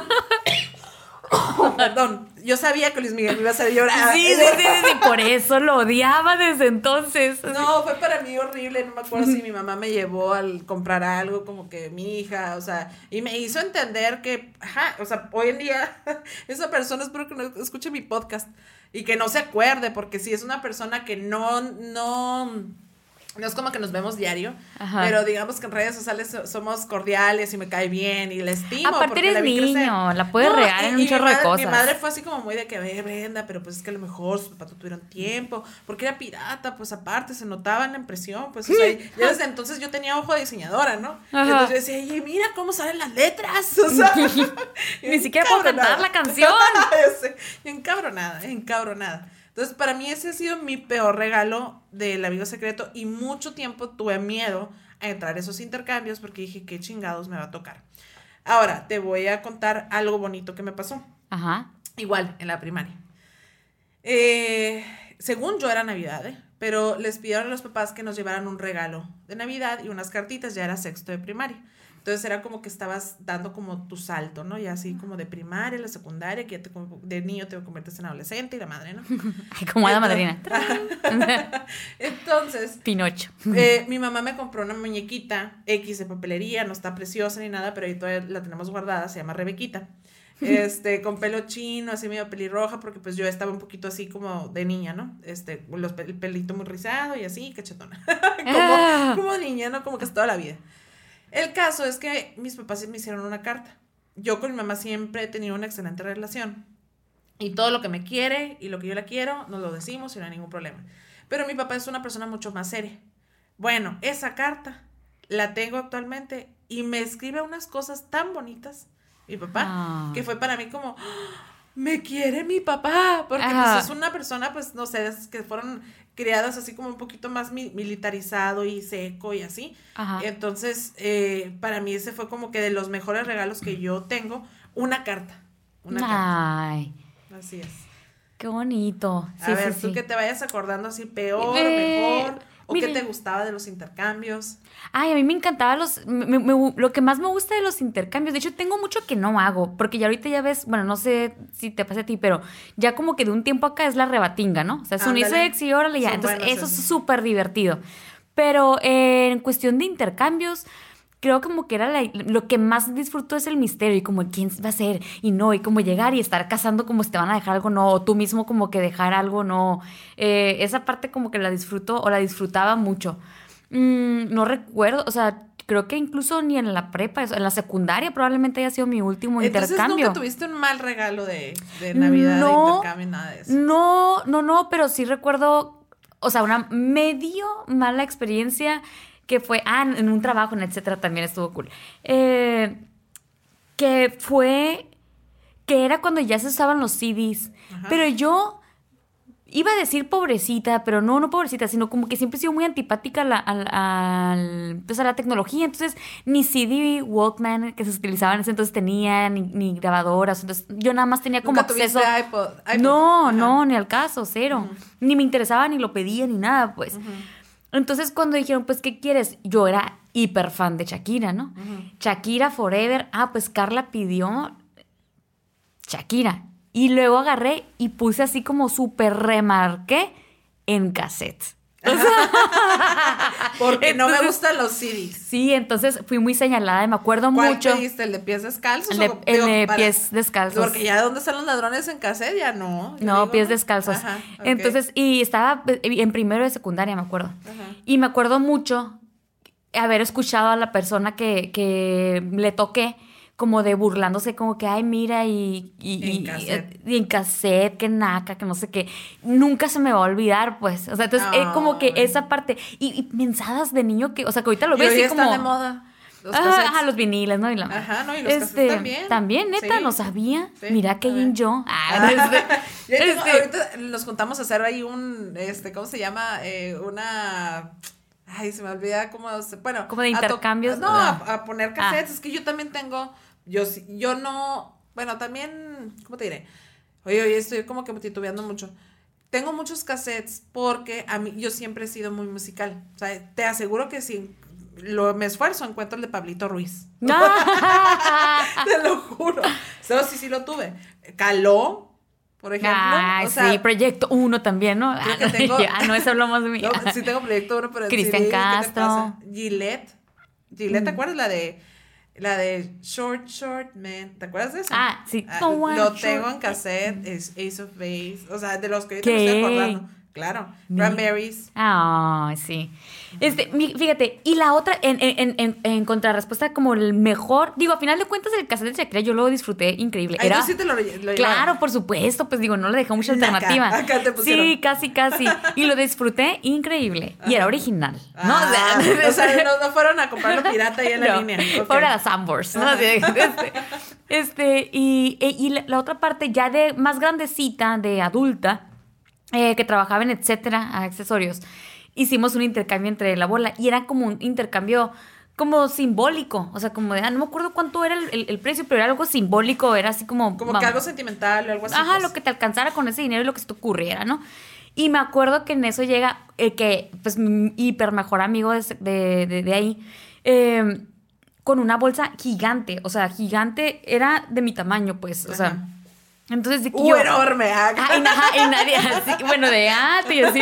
Perdón, yo sabía que Luis Miguel me iba a hacer llorar. Sí, sí, sí, sí, sí, por eso lo odiaba desde entonces. No, fue para mí horrible, no me acuerdo si mi mamá me llevó al comprar algo como que mi hija, o sea, y me hizo entender que, ajá, o sea, hoy en día esa persona, espero que no escuche mi podcast y que no se acuerde, porque si es una persona que no, no, no es como que nos vemos diario, Ajá. pero digamos que en redes sociales so- somos cordiales y me cae bien y la estimo. Aparte porque eres la vi crecer. niño, la puedes regar y- en y un mi chorro de madre- cosas. Mi madre fue así como muy de que, ve, Brenda, pero pues es que a lo mejor sus papás no tuvieron tiempo, porque era pirata, pues aparte se notaba en la impresión, pues, o sea, ya desde entonces yo tenía ojo de diseñadora, ¿no? Y Ajá. entonces yo decía, oye, mira cómo salen las letras, o sea. Ni siquiera puedo cantar la canción. Yo sé, encabronada, encabronada. Entonces, para mí ese ha sido mi peor regalo del amigo secreto y mucho tiempo tuve miedo a entrar a esos intercambios porque dije, ¿qué chingados me va a tocar? Ahora, te voy a contar algo bonito que me pasó. Ajá. Igual, en la primaria. Eh, según yo era Navidad, ¿eh? Pero les pidieron a los papás que nos llevaran un regalo de Navidad y unas cartitas, ya era sexto de primaria. Entonces era como que estabas dando como tu salto, ¿no? Ya así como de primaria, la secundaria, que ya te, de niño te conviertes en adolescente y la madre, ¿no? Ay, como hada madrina. Entonces, Pinocho. eh, mi mamá me compró una muñequita X de papelería, no está preciosa ni nada, pero ahí todavía la tenemos guardada, se llama Rebequita. Este, con pelo chino, así medio pelirroja, porque pues yo estaba un poquito así como de niña, ¿no? Este, los, el pelito muy rizado y así, cachetona. como, Ah. como niña, ¿no? Como que es toda la vida. El caso es que mis papás me hicieron una carta. Yo con mi mamá siempre he tenido una excelente relación. Y todo lo que me quiere y lo que yo la quiero, nos lo decimos y no hay ningún problema. Pero mi papá es una persona mucho más seria. Bueno, esa carta la tengo actualmente y me escribe unas cosas tan bonitas, mi papá, Ah. que fue para mí como, ¡ah! Me quiere mi papá, porque Ajá. pues, es una persona, pues no sé, de esas que fueron criadas así como un poquito más mi- militarizado y seco y así. Ajá. Entonces, eh, para mí ese fue como que de los mejores regalos que yo tengo, una carta. Una Ay, carta. Así es. qué bonito. A Sí, ver, sí, tú sí. que te vayas acordando así peor, Eh, mejor, o mire. qué te gustaba de los intercambios. Ay, a mí me encantaba los... me- me- lo que más me gusta de los intercambios, de hecho, tengo mucho que no hago, porque ya ahorita ya ves, bueno, no sé si te pasa a ti, pero ya como que de un tiempo acá es la rebatinga, ¿no? O sea, es Ándale. unisex y órale ya. Son Entonces, buenos eso es esos. súper divertido. Pero eh, en cuestión de intercambios, creo como que era la, lo que más disfruto es el misterio y como quién va a ser y no, y como llegar y estar cazando como si te van a dejar algo, no, o tú mismo como que dejar algo, no. Eh, esa parte como que la disfruto o la disfrutaba mucho. Mm, no recuerdo, o sea, creo que incluso ni en la prepa, en la secundaria probablemente haya sido mi último Entonces, intercambio. ¿nunca tuviste un mal regalo de, de Navidad, no, de intercambio, nada de eso? No, no, no, pero sí recuerdo, o sea, una medio mala experiencia que fue, ah, en un trabajo, en etcétera, también estuvo cool. Eh, que fue, que era cuando ya se usaban los C Ds, Ajá. pero yo... Iba a decir pobrecita, pero no, no pobrecita, sino como que siempre he sido muy antipática a la, a, a, pues a la tecnología. Entonces, ni C D Walkman que se utilizaban en ese entonces tenía, ni, ni grabadoras. Entonces, yo nada más tenía como ¿Nunca acceso. tuviste iPod? iPod? No, Ajá. no, ni al caso, cero. Uh-huh. Ni me interesaba, ni lo pedía, ni nada, pues. Uh-huh. Entonces, cuando dijeron, pues, ¿qué quieres? Yo era hiper fan de Shakira, ¿no? Uh-huh. Shakira Forever. Ah, pues Carla pidió Shakira. Y luego agarré y puse así como súper remarqué en cassette. O sea, porque entonces, no me gustan los C Ds. Sí, entonces fui muy señalada y me acuerdo ¿Cuál mucho. ¿Cuál pediste? ¿El de pies descalzos? El de, o, el digo, de para, pies descalzos. Porque ya ¿dónde están los ladrones en cassette? Ya no. No, digo, pies descalzos. Ajá, okay. Entonces, y estaba en primero de secundaria, me acuerdo. Ajá. Y me acuerdo mucho haber escuchado a la persona que, que le toqué como de burlándose, como que, ay, mira, y, y, en, cassette. y, y en cassette, que naca, que no sé qué. Nunca se me va a olvidar, pues. O sea, entonces, oh, eh, como que bueno. esa parte. Y, y mensadas de niño que, o sea, que ahorita lo ves y así como... están de moda. Los ah, ajá, los viniles, ¿no? Y la... Ajá, no, y los este, también. También, neta, sí. No sabía. Sí, mira qué bien yo. Ah, este, yo tengo, este. Ahorita nos juntamos a hacer ahí un, este, ¿cómo se llama? Eh, una... Ay, se me olvida cómo se... Bueno. Como de intercambios. A to, no, a, a poner cassettes. Ah. Es que yo también tengo... Yo, yo no, bueno, también, ¿cómo te diré? Oye, oye, estoy como que titubeando mucho. Tengo muchos cassettes porque a mí, yo siempre he sido muy musical. O sea, te aseguro que si lo, me esfuerzo, encuentro el de Pablito Ruiz. No. Te lo juro. So, sí, sí lo tuve. Caló, por ejemplo. Ah, o sea, sí, Proyecto uno también, ¿no? Ah, que tengo, ya, no, eso hablamos de mí. No, sí tengo Proyecto uno, pero Cristian sí, Castro. Gillette. Gillette, mm. ¿te acuerdas la de... La de Short Short Man, ¿te acuerdas de eso? Ah, sí. Ah, lo tengo en cassette, es Ace of Base, o sea, de los que ahorita me estoy acordando. Claro, Cranberries. Ah, oh, sí. Este, fíjate, y la otra, en, en, en, en contrarrespuesta, como el mejor, digo, a final de cuentas, el cassette de Shakira yo lo disfruté increíble. Ay, Era, ¿tú sí te lo, lo claro, por supuesto, pues digo, no le dejé mucha alternativa. Acá, acá te pusieron. Sí, casi, casi. Y lo disfruté increíble. Ajá. Y era original, ¿no? Ah, o sea, o sea no, no fueron a comprarlo pirata ahí en la no, línea. Okay. Fueron a Sanborns, ¿no? Este, este, y, y la, la otra parte ya de más grandecita, de adulta, Eh, que trabajaba en etcétera, accesorios, hicimos un intercambio entre la bola y era como un intercambio como simbólico, o sea, como de, ah, no me acuerdo cuánto era el, el, el precio, pero era algo simbólico, era así como... Como que algo sentimental o algo así. Ajá, pues. Lo que te alcanzara con ese dinero y lo que se te ocurriera, ¿no? Y me acuerdo que en eso llega, eh, que pues mi hiper mejor amigo de, de, de, de ahí, eh, con una bolsa gigante, o sea, gigante, era de mi tamaño, pues, o Ajá. sea... Entonces, de que uh, yo, enorme. Ah, y, ajá, y nadie, así, bueno, de alto y así.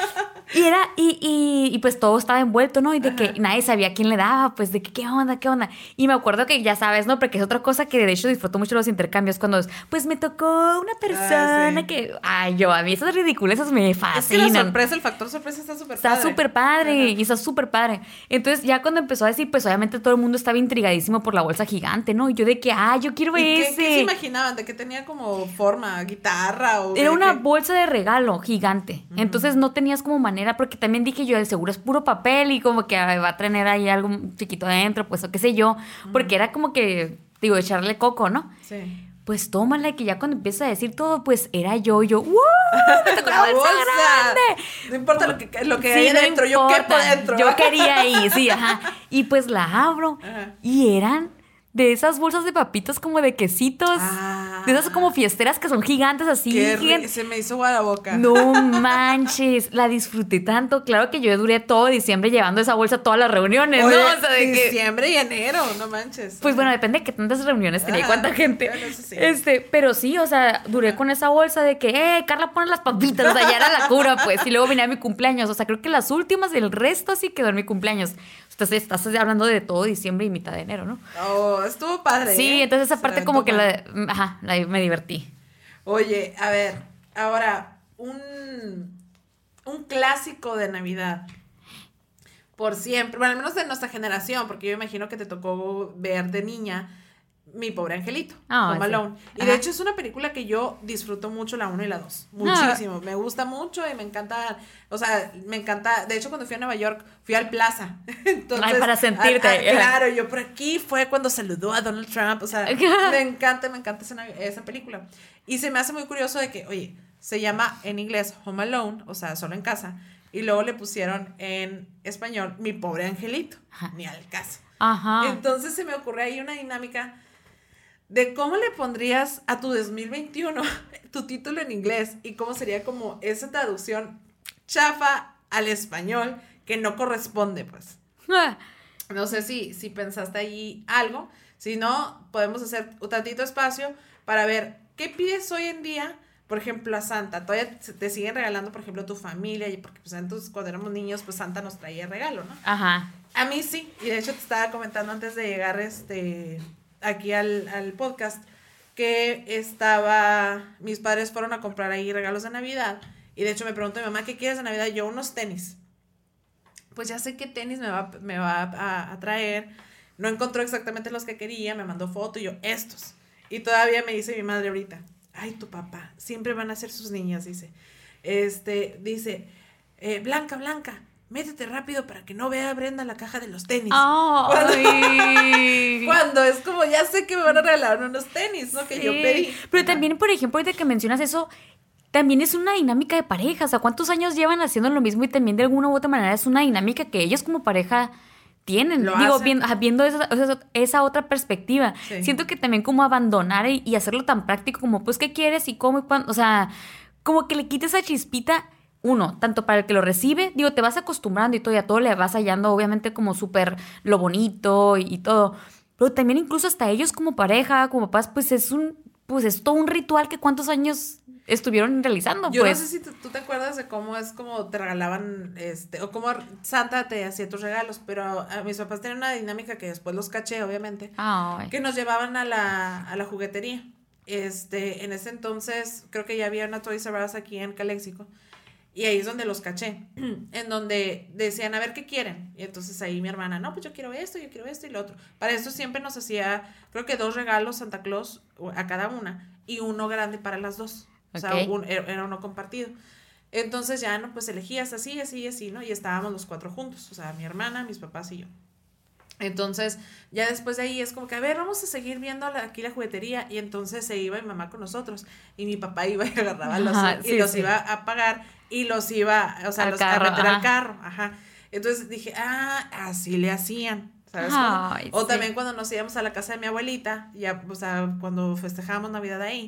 Y era, y, y, y pues todo estaba envuelto, ¿no? Y de ajá. que nadie sabía quién le daba, pues de que qué onda, qué onda. Y me acuerdo que ya sabes, ¿no? Porque es otra cosa que de hecho disfruto mucho los intercambios cuando es, pues me tocó una persona ah, sí. que, ay, yo, a mí esas ridiculeces me fascinan. Es que la sorpresa, el factor sorpresa está súper padre. Está súper padre, ajá. y está súper padre. Entonces ya cuando empezó a decir, pues obviamente todo el mundo estaba intrigadísimo por la bolsa gigante, ¿no? Y yo de que, ah, yo quiero ¿Y ese. ¿Qué, ¿Qué se imaginaban? ¿De que tenía como forma, guitarra o...? Era una qué? bolsa de regalo gigante. Uh-huh. Entonces no tenías como manera, porque también dije yo, el seguro es puro papel y como que va a tener ahí algo chiquito adentro, pues o qué sé yo. Uh-huh. Porque era como que, digo, echarle coco, ¿no? Sí. Pues tómala, que ya cuando empieza a decir todo, pues era yo, yo, ¡wow! ¡Me tocó la bolsa grande! No importa lo que, lo que sí, hay no dentro, importa. Yo quepo dentro. Yo quería ahí, sí, ajá. Y pues la abro, ajá. y eran... de esas bolsas de papitas como de quesitos. Ah, De esas como fiesteras que son gigantes así. Qué gigant... ri- se me hizo agua la boca. No manches, la disfruté tanto. Claro que yo duré todo diciembre llevando esa bolsa a todas las reuniones, Oye, ¿no? O sea, de que... diciembre y enero, no manches. Pues bueno, depende de qué tantas reuniones tenía y Ah, cuánta gente. bueno, eso sí. Este, pero sí, o sea, duré con esa bolsa de que, eh, Carla, pon las papitas. O sea, ya era la cura, pues. Y luego venía mi cumpleaños. O sea, creo que las últimas del resto sí quedó en mi cumpleaños. Entonces, estás hablando de todo diciembre y mitad de enero, ¿no? Oh, estuvo padre. Sí, ¿eh? entonces esa Se parte aventó como que mal. la, ajá, la- me divertí. Oye, a ver, ahora, un, un clásico de Navidad. Por siempre, bueno, al menos de nuestra generación, porque yo imagino que te tocó ver de niña Mi Pobre Angelito, Ah, Home sí. Alone. Y Ajá. de hecho es una película que yo disfruto mucho, la uno y la dos. Muchísimo. Me gusta mucho y me encanta, o sea, me encanta. De hecho, cuando fui a Nueva York, fui al Plaza. Entonces, Ay, para sentirte. a- a- claro, yo por aquí fue cuando saludó a Donald Trump. O sea, me encanta, me encanta esa, navi- esa película. Y se me hace muy curioso de que, oye, se llama en inglés Home Alone, o sea, solo en casa. Y luego le pusieron en español Mi Pobre Angelito. Ajá. Ni al caso. Ajá. Entonces se me ocurre ahí una dinámica de cómo le pondrías a tu dos mil veintiuno tu título en inglés y cómo sería como esa traducción chafa al español que no corresponde, pues. No sé si, si pensaste ahí algo. Si no, podemos hacer un tantito espacio para ver qué pides hoy en día. Por ejemplo, a Santa. Todavía te siguen regalando, por ejemplo, tu familia. Y porque pues antes, cuando éramos niños, pues Santa nos traía regalo, ¿no? Ajá. A mí sí, y de hecho te estaba comentando antes de llegar este aquí al, al podcast que estaba, mis padres fueron a comprar ahí regalos de Navidad y de hecho me preguntó mi mamá, ¿qué quieres de Navidad? Yo unos tenis. Pues ya sé qué tenis me va, me va a, a traer, no encontró exactamente los que quería, me mandó foto y yo, estos. Y todavía me dice mi madre ahorita, ay, tu papá, siempre van a ser sus niñas, dice. Este, dice, eh, Blanca, Blanca, métete rápido para que no vea a Brenda la caja de los tenis. Ay. Cuando, cuando es como, ya sé que me van a regalar unos tenis, ¿no? Que Sí. yo pedí. Pero también, por ejemplo, ahorita que mencionas eso, también es una dinámica de pareja. O sea, ¿cuántos años llevan haciendo lo mismo? Y también de alguna u otra manera es una dinámica que ellos como pareja tienen. Lo Digo, hacen. viendo, ajá, viendo esa, esa, esa otra perspectiva. Sí. Siento que también como abandonar y, y hacerlo tan práctico como, pues, ¿qué quieres y cómo y cuándo? O sea, como que le quite esa chispita. Uno, tanto para el que lo recibe, digo, te vas acostumbrando y todo, y a todo le vas hallando, obviamente, como súper lo bonito y, y todo. Pero también incluso hasta ellos como pareja, como papás, pues es un, pues es todo un ritual que cuántos años estuvieron realizando, Yo pues. no sé si tú, tú te acuerdas de cómo es como te regalaban, este, o cómo Santa te hacía tus regalos, pero a mis papás tenían una dinámica que después los caché, obviamente, Ay. que nos llevaban a la, a la juguetería. Este, en ese entonces, creo que ya había una Toys R Us aquí en Caléxico. Y ahí es donde los caché, en donde decían, a ver, ¿qué quieren? Y entonces ahí mi hermana, no, pues yo quiero esto, yo quiero esto y lo otro. Para eso siempre nos hacía, creo que dos regalos Santa Claus a cada una y uno grande para las dos. O sea, Ok. un- era uno compartido. Entonces ya, no, pues elegías así, así, así, ¿no? Y estábamos los cuatro juntos, o sea, mi hermana, mis papás y yo. Entonces, ya después de ahí es como que, a ver, vamos a seguir viendo la- aquí la juguetería. Y entonces se iba mi mamá con nosotros. Y mi papá iba y agarraba los, Ajá, y sí, los sí. iba a pagar. Y los iba, o sea, Al los carro, a meter ajá. al carro. Ajá. Entonces dije, ah, así le hacían. ¿Sabes cómo? Ay, O sí. también cuando nos íbamos a la casa de mi abuelita, ya, o sea, cuando festejábamos Navidad ahí,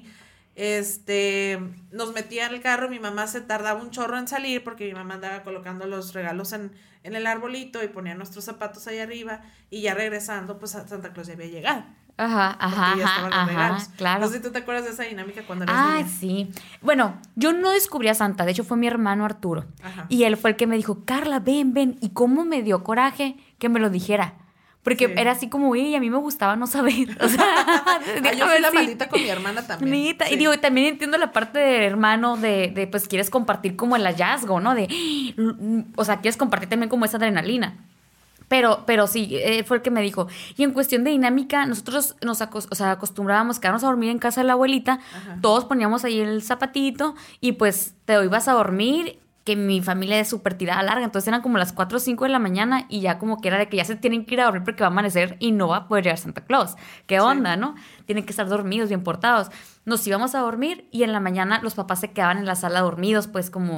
este, nos metía en el carro, mi mamá se tardaba un chorro en salir porque mi mamá andaba colocando los regalos en, en el arbolito y ponía nuestros zapatos ahí arriba y ya regresando, pues a Santa Claus ya había llegado. Ajá, ajá, Porque ya ajá, estaban los ajá, regalos. claro. No sé si tú te acuerdas de esa dinámica cuando eras Ay, niña. sí. Bueno, yo no descubrí a Santa, de hecho fue mi hermano Arturo. Ajá. Y él fue el que me dijo, Carla, ven, ven. Y cómo me dio coraje que me lo dijera. Porque Sí. era así como, y a mí me gustaba no saber. O sea, Ah, yo déjame fui la decir. maldita con mi hermana también. Neta, Sí. y digo, y también entiendo la parte de hermano de, de, pues, quieres compartir como el hallazgo, ¿no? De, o sea, quieres compartir también como esa adrenalina. Pero, pero sí, eh, fue el que me dijo. Y en cuestión de dinámica, nosotros nos acos- o sea, acostumbrábamos a quedarnos a dormir en casa de la abuelita. Ajá. Todos poníamos ahí el zapatito y pues te ibas a dormir, que mi familia es súper tirada larga. Entonces eran como las cuatro o cinco de la mañana y ya como que era de que ya se tienen que ir a dormir porque va a amanecer y no va a poder llegar Santa Claus. ¿Qué Sí. onda, no? Tienen que estar dormidos, bien portados. Nos íbamos a dormir y en la mañana los papás se quedaban en la sala dormidos, pues como... pues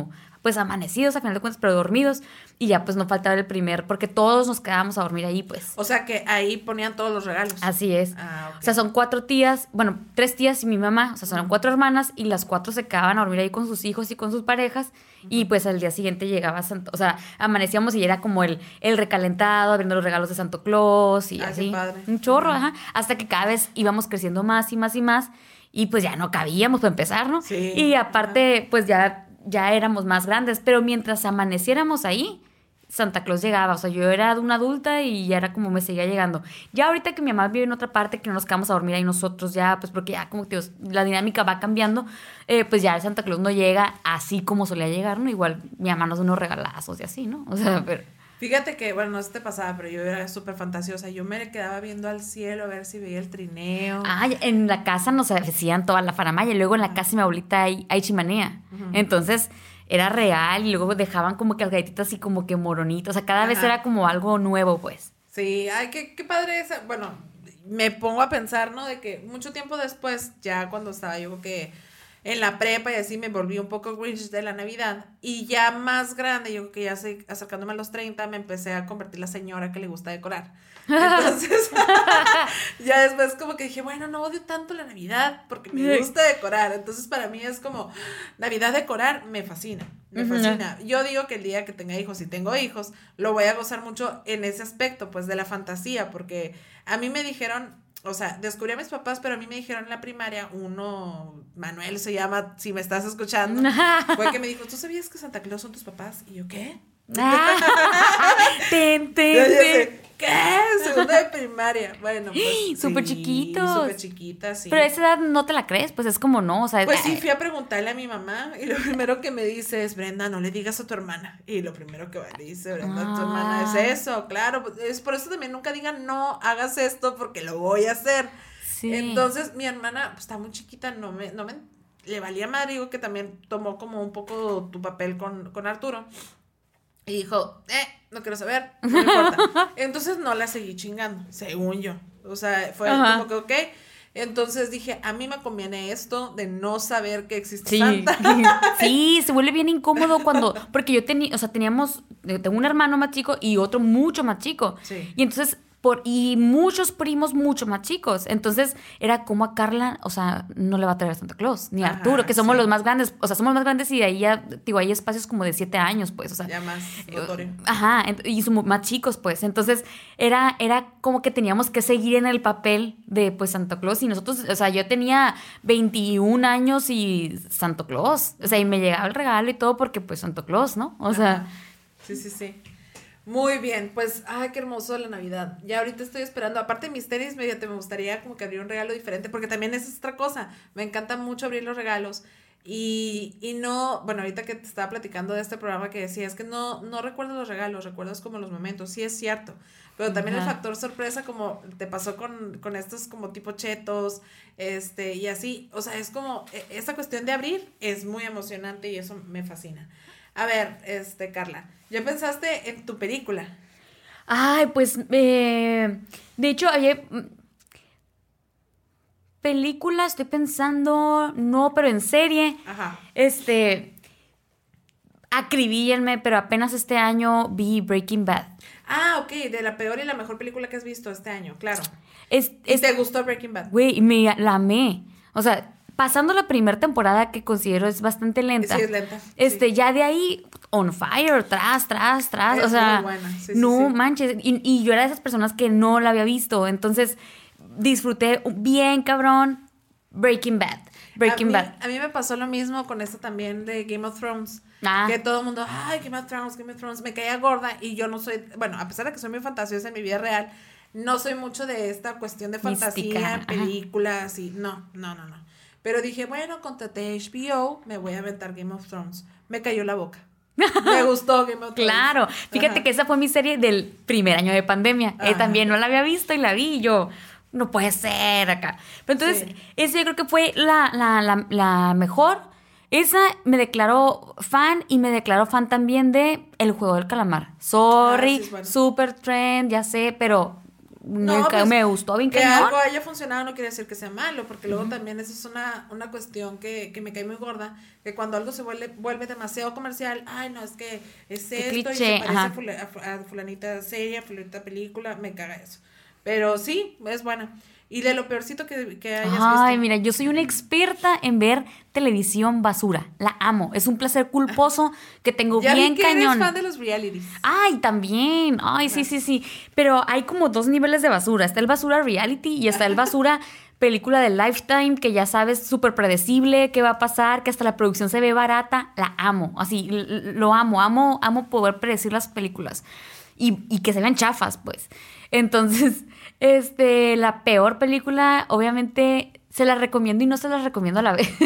pues amanecidos a final de cuentas, pero dormidos. Y ya pues no faltaba el primer, porque todos nos quedábamos a dormir ahí, pues. O sea que ahí ponían todos los regalos. Así es. Ah, okay. O sea, son cuatro tías, bueno, tres tías y mi mamá, o sea, son uh-huh. cuatro hermanas y las cuatro se quedaban a dormir ahí con sus hijos y con sus parejas uh-huh. y pues al día siguiente llegaba Santo, o sea, amanecíamos y era como el, el recalentado, abriendo los regalos de Santo Claus y ah, así. Qué padre. Un chorro, uh-huh. ajá, hasta que cada vez íbamos creciendo más y más y más y pues ya no cabíamos para empezar, ¿no? Sí. Y aparte, uh-huh. pues ya, ya éramos más grandes, pero mientras amaneciéramos ahí, Santa Claus llegaba, o sea, yo era una adulta y ya era como me seguía llegando. Ya ahorita que mi mamá vive en otra parte, que no nos quedamos a dormir ahí nosotros ya, pues porque ya como que Dios, la dinámica va cambiando, eh, pues ya el Santa Claus no llega así como solía llegar, ¿no? Igual mi mamá nos da unos regalazos y así, ¿no? O sea, pero... Fíjate que, bueno, no se te pasaba, pero yo era súper fantasiosa. Yo me quedaba viendo al cielo a ver si veía el trineo. Ah, en la casa nos hacían toda la faramaya, y luego en la casa de mi abuelita hay, hay chimenea. Uh-huh. Entonces... era real y luego dejaban como que las galletitas así como que moronitas. O sea, cada Ajá. vez era como algo nuevo, pues. Sí, ay, qué, qué padre es. Bueno, me pongo a pensar, ¿no? De que mucho tiempo después, ya cuando estaba yo que en la prepa y así, me volví un poco Grinch de la Navidad. Y ya más grande, yo creo que ya sé, acercándome a los treinta, me empecé a convertir la señora que le gusta decorar. Entonces, ya después como que dije, bueno, no odio tanto la Navidad porque me gusta decorar. Entonces, para mí es como, Navidad decorar me fascina, me fascina. Yo digo que el día que tenga hijos, si tengo hijos, lo voy a gozar mucho en ese aspecto, pues, de la fantasía, porque a mí me dijeron, o sea, descubrí a mis papás, pero a mí me dijeron en la primaria, uno, Manuel se llama, si me estás escuchando, fue que me dijo, ¿tú sabías que Santa Claus son tus papás? Y yo, ¿qué? ten, ten, ten. ¿Qué? Segundo de primaria. Bueno, pues súper sí, chiquitos. Súper chiquita, sí. Pero a esa edad no te la crees, pues es como no, o sea... Pues sí, fui a preguntarle a mi mamá y lo primero que me dice es, Brenda, no le digas a tu hermana. Y lo primero que le dice, Brenda, ah. tu hermana es eso, claro. Es por eso también nunca digan, no hagas esto porque lo voy a hacer. Sí. Entonces, mi hermana, pues está muy chiquita, no me, no me, le valía madre, digo que también tomó como un poco tu papel con, con Arturo. Y dijo, eh, no quiero saber, no me importa. Entonces no la seguí chingando, según yo. O sea, fue Ajá. como que, ok. Entonces dije, a mí me conviene esto de no saber que existe sí. Santa. Sí, se vuelve bien incómodo cuando, porque yo tenía, o sea, teníamos, tengo un hermano más chico y otro mucho más chico. Sí. Y entonces... Por, y muchos primos mucho más chicos. Entonces, era como a Carla, o sea, no le va a traer a Santa Claus, ni a Ajá, Arturo, que somos sí. los más grandes. O sea, somos más grandes y de ahí ya, digo, hay espacios como de siete años, pues, o sea. Ya más notorio. Ajá, y somos más chicos, pues. Entonces, era, era como que teníamos que seguir en el papel de, pues, Santa Claus. Y nosotros, o sea, yo tenía veintiún años y Santa Claus. O sea, y me llegaba el regalo y todo porque, pues, Santa Claus, ¿no? O sea. Ajá. Sí, sí, sí. Muy bien, pues, ay, qué hermoso la Navidad. Ya ahorita estoy esperando, aparte de mis tenis, me, me gustaría como que abrir un regalo diferente, porque también esa es otra cosa, me encanta mucho abrir los regalos, y, y no, bueno, ahorita que te estaba platicando de este programa que decía, es que no, no recuerdo los regalos, recuerdas como los momentos, sí es cierto, pero también Ajá. el factor sorpresa, como te pasó con, con estos como tipo chetos, este, y así, o sea, es como, esa cuestión de abrir es muy emocionante y eso me fascina. A ver, este, Carla, ¿ya pensaste en tu película? Ay, pues, eh, de hecho, había... Película, estoy pensando, no, pero en serie. Ajá. Este, acribíllenme, pero apenas este año vi Breaking Bad. Ah, ok, de la peor y la mejor película que has visto este año, claro. Es, ¿Y es, te gustó Breaking Bad? Güey, me la amé. O sea... Pasando la primera temporada, que considero es bastante lenta. Sí, es lenta. Este, sí. Ya de ahí, on fire, tras, tras, tras. Es o sea, muy buena. Sí, no sí, sí. manches. Y, y yo era de esas personas que no la había visto. Entonces, disfruté bien, cabrón, Breaking Bad. Breaking a mí, Bad. A mí me pasó lo mismo con esto también de Game of Thrones. Ah. Que todo el mundo, ay, Game of Thrones, Game of Thrones. Me caía gorda y yo no soy, bueno, a pesar de que soy muy fantasiosa en mi vida real, no soy mucho de esta cuestión de fantasía, Mística. películas Ajá. y no, no, no, no. Pero dije, bueno, contraté H B O, me voy a aventar Game of Thrones. Me cayó la boca. Me gustó Game of Thrones. Claro. Fíjate Ajá. que esa fue mi serie del primer año de pandemia. Eh, también no la había visto y la vi y yo, no puede ser acá. Pero entonces, sí. esa yo creo que fue la, la, la, la mejor. Esa me declaró fan y me declaró fan también de El Juego del Calamar. Sorry, ah, sí, bueno. super trend, ya sé, pero... me, No, pues, me gustó bien que cañón. algo haya funcionado no quiere decir que sea malo, porque luego uh-huh. también esa es una, una cuestión que, que me cae muy gorda, que cuando algo se vuelve, vuelve demasiado comercial, ay no, es que es Qué esto cliché, y se parece a, fula, a, a fulanita serie, a fulanita película, me caga eso. Pero sí, es buena. Y de lo peorcito que, que hayas visto. Ay, mira, yo soy una experta en ver televisión basura. La amo. Es un placer culposo que tengo ya bien vi que cañón. Eres fan de los realities. Ay, también. Ay, sí, sí, sí. Pero hay como dos niveles de basura. Está el basura reality y está el basura película de Lifetime, que ya sabes, súper predecible, qué va a pasar, que hasta la producción se ve barata. La amo. Así, lo amo. Amo, amo poder predecir las películas. Y, y que se vean chafas, pues. Entonces, este, la peor película, obviamente, se la recomiendo y no se la recomiendo a la vez.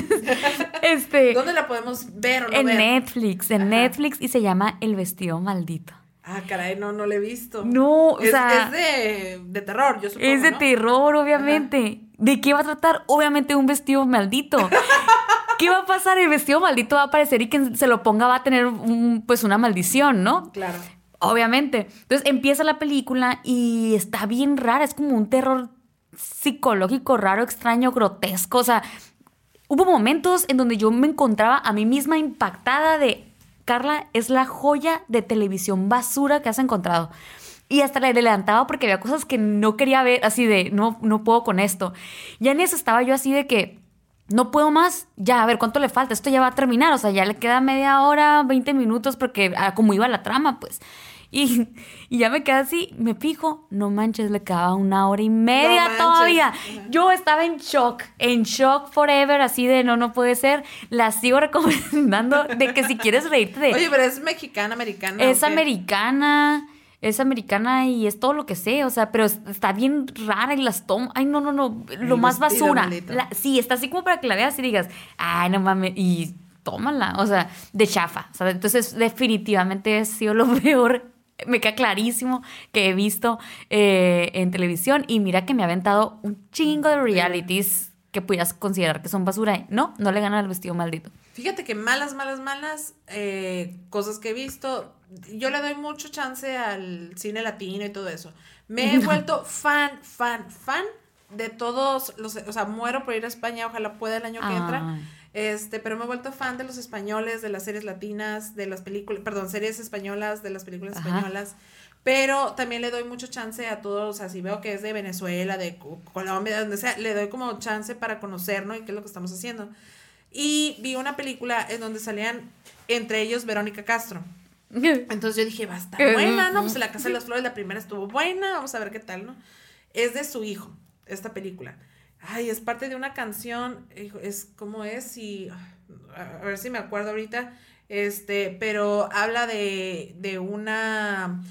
este, ¿Dónde la podemos ver o no en ver? Netflix, en Ajá. Netflix, y se llama El vestido maldito. Ah, caray, no, no la he visto. No, o es, sea... Es de, de terror, yo supongo, Es de ¿no? terror, obviamente. Ajá. ¿De qué va a tratar? Obviamente un vestido maldito. ¿Qué va a pasar? El vestido maldito va a aparecer y quien se lo ponga va a tener un, pues una maldición, ¿no? Claro. Obviamente. Entonces empieza la película y está bien rara. Es como un terror psicológico raro, extraño, grotesco. O sea, hubo momentos en donde yo me encontraba a mí misma impactada de... Carla, es la joya de televisión basura que has encontrado. Y hasta le adelantaba porque había cosas que no quería ver, así de, no, no puedo con esto. Ya en eso estaba yo así de que, no puedo más, ya, a ver, ¿cuánto le falta? Esto ya va a terminar, o sea, ya le queda media hora, veinte minutos, porque ah, como iba la trama, pues. Y, y ya me quedé así, me fijo, no manches, le quedaba una hora y media no todavía. Uh-huh. Yo estaba en shock, en shock forever, así de no, no puede ser. La sigo recomendando de que si quieres reírte de... Oye, pero es mexicana, americana. Es americana, es americana y es todo lo que sé, o sea, pero está bien rara y las tomas... Ay, no, no, no, lo el más basura. La, sí, está así como para que la veas y digas, ay, no mames, y tómala, o sea, de chafa. O sea, entonces definitivamente ha sido lo peor. Me queda clarísimo que he visto eh, en televisión y mira que me ha aventado un chingo de realities que pudieras considerar que son basura. No, no le ganan al vestido maldito. Fíjate que malas, malas, malas eh, cosas que he visto. Yo le doy mucho chance al cine latino y todo eso. Me he vuelto fan, fan, fan de todos los... O sea, muero por ir a España, ojalá pueda el año que entra. Este, pero me he vuelto fan de los españoles, de las series latinas, de las películas, perdón, series españolas, de las películas Ajá. españolas, pero también le doy mucho chance a todos, o sea, si veo que es de Venezuela, de Colombia, de donde sea, le doy como chance para conocernos y qué es lo que estamos haciendo. Y vi una película en donde salían entre ellos Verónica Castro. Entonces yo dije, va a estar buena, ¿no? Pues La Casa de las Flores, la primera estuvo buena, vamos a ver qué tal, ¿no? Es de su hijo, esta película. Ay, es parte de una canción, es como es y a ver si me acuerdo ahorita, este, pero habla de, de una,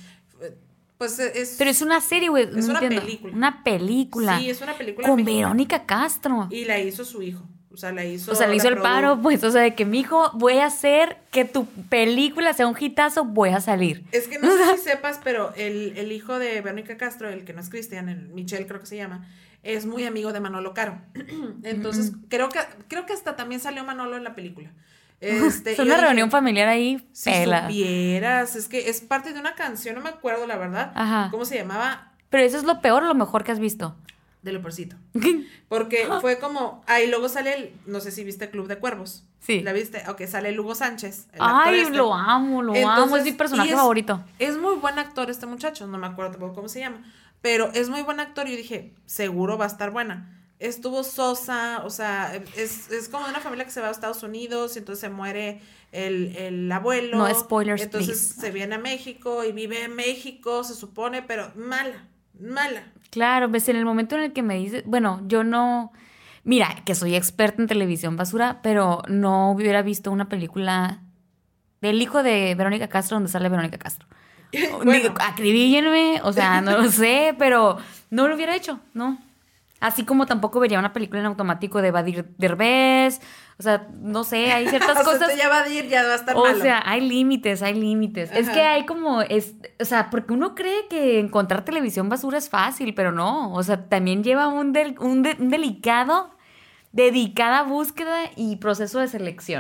pues es... Pero es una serie, güey. Es no una entiendo. película. Una película. Sí, es una película. Con mexicana. Verónica Castro. Y la hizo su hijo. O sea, la hizo. O sea, le hizo el produ- paro, pues, o sea, de que, mijo, voy a hacer que tu película sea un hitazo, voy a salir. Es que no sé si sepas, pero el, el hijo de Verónica Castro, el que no es Cristian, el Michelle creo que se llama, es muy amigo de Manolo Caro. Entonces, mm-hmm. creo que creo que hasta también salió Manolo en la película. Este, es una dije, reunión familiar ahí, si pela. supieras, es que es parte de una canción, no me acuerdo la verdad, Ajá. cómo se llamaba. Pero eso es lo peor o lo mejor que has visto. De lo peorcito. Porque fue como, ahí luego sale el, no sé si viste Club de Cuervos. Sí. ¿La viste? Ok, sale Hugo Sánchez. El Ay, este. lo amo, lo Entonces, amo, es mi personaje es, favorito. Es muy buen actor este muchacho, no me acuerdo tampoco cómo se llama, pero es muy buen actor y yo dije, seguro va a estar buena. Estuvo sosa, o sea, es, es como de una familia que se va a Estados Unidos y entonces se muere el, el abuelo. No spoilers, Entonces please. se viene a México y vive en México, se supone, pero mala, mala. Claro, ves, en el momento en el que me dices, bueno, yo no, mira, que soy experta en televisión basura, pero no hubiera visto una película del hijo de Verónica Castro donde sale Verónica Castro. Bueno. Acribíllenme, o sea, no lo sé, pero no lo hubiera hecho, ¿no? Así como tampoco vería una película en automático de Badir Derbez, o sea, no sé, hay ciertas o cosas. Sea, ya va a ir, ya va a estar o malo. O sea, hay límites, hay límites. Ajá. Es que hay como, es, o sea, porque uno cree que encontrar televisión basura es fácil, pero no, o sea, también lleva un, del, un, de, un delicado, dedicada búsqueda y proceso de selección.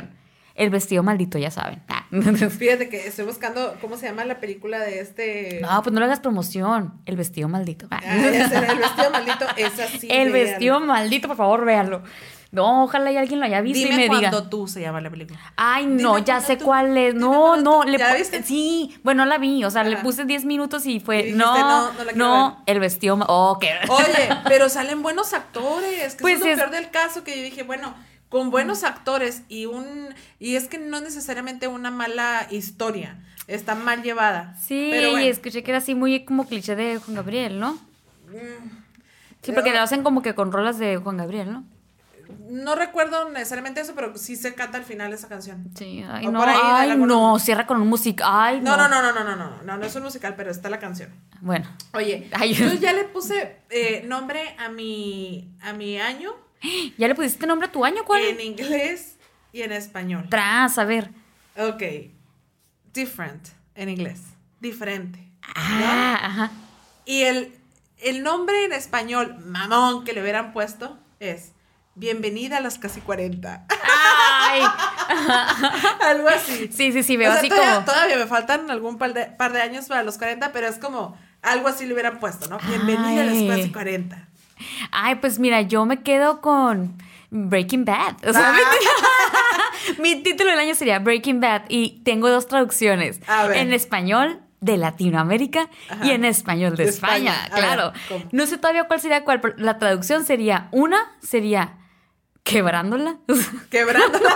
El vestido maldito, ya saben. Ah. Fíjate que estoy buscando cómo se llama la película de este... No, pues no le hagas promoción. El vestido maldito. Ah. Ah, ya sé, el vestido maldito es así. El vestido maldito, por favor, véanlo. No, ojalá y alguien lo haya visto. Dime y me diga. cuándo tú se llama la película. Ay, no, Dime ya sé tú. cuál es. Dime No, no, tú. le ¿Ya la pu- viste? Sí, bueno, la vi, o sea, Ajá. le puse diez minutos y fue, Y dijiste, no, no, no no, la quiero ver. el vestido, ma- oh, qué. Oye, pero salen buenos actores, que Pues eso es lo es- peor del caso, que yo dije, bueno, con buenos actores y un y es que no es necesariamente una mala historia, está mal llevada. Sí, pero bueno, y escuché que era así muy como cliché de Juan Gabriel, ¿no? mm, Sí, porque eh, lo hacen como que con rolas de Juan Gabriel, ¿no? no recuerdo necesariamente eso, pero sí se canta al final esa canción. Sí, ay, O no, por ahí de ay, alguna- no, cierra con un musical, ay, No, no. no, no, no, no, no, no, no, no es un musical, pero está la canción. Bueno, Oye, Ay. yo ya le puse eh, nombre a mi a mi año ¿ya le pusiste nombre a tu año? ¿Cuál? en inglés y en español. Tras, a ver. Ok. Different en inglés. Diferente. Ah, ajá. Y el, el nombre en español, mamón, que le hubieran puesto es Bienvenida a las casi cuarenta. Ay. Algo así. Sí, sí, sí, veo O sea, así todavía, como. todavía me faltan algún par de, par de años para los cuarenta, pero es como algo así le hubieran puesto, ¿no? Bienvenida a las Ay. casi cuarenta. Ay, pues mira, yo me quedo con Breaking Bad. O sea, Ah. mi, mi título del año sería Breaking Bad y tengo dos traducciones. A ver. En español de Latinoamérica Ajá. y en español de, De España, España. A ver, claro. ¿cómo? No sé todavía cuál sería cuál, pero la traducción sería, una sería quebrándola. Quebrándola.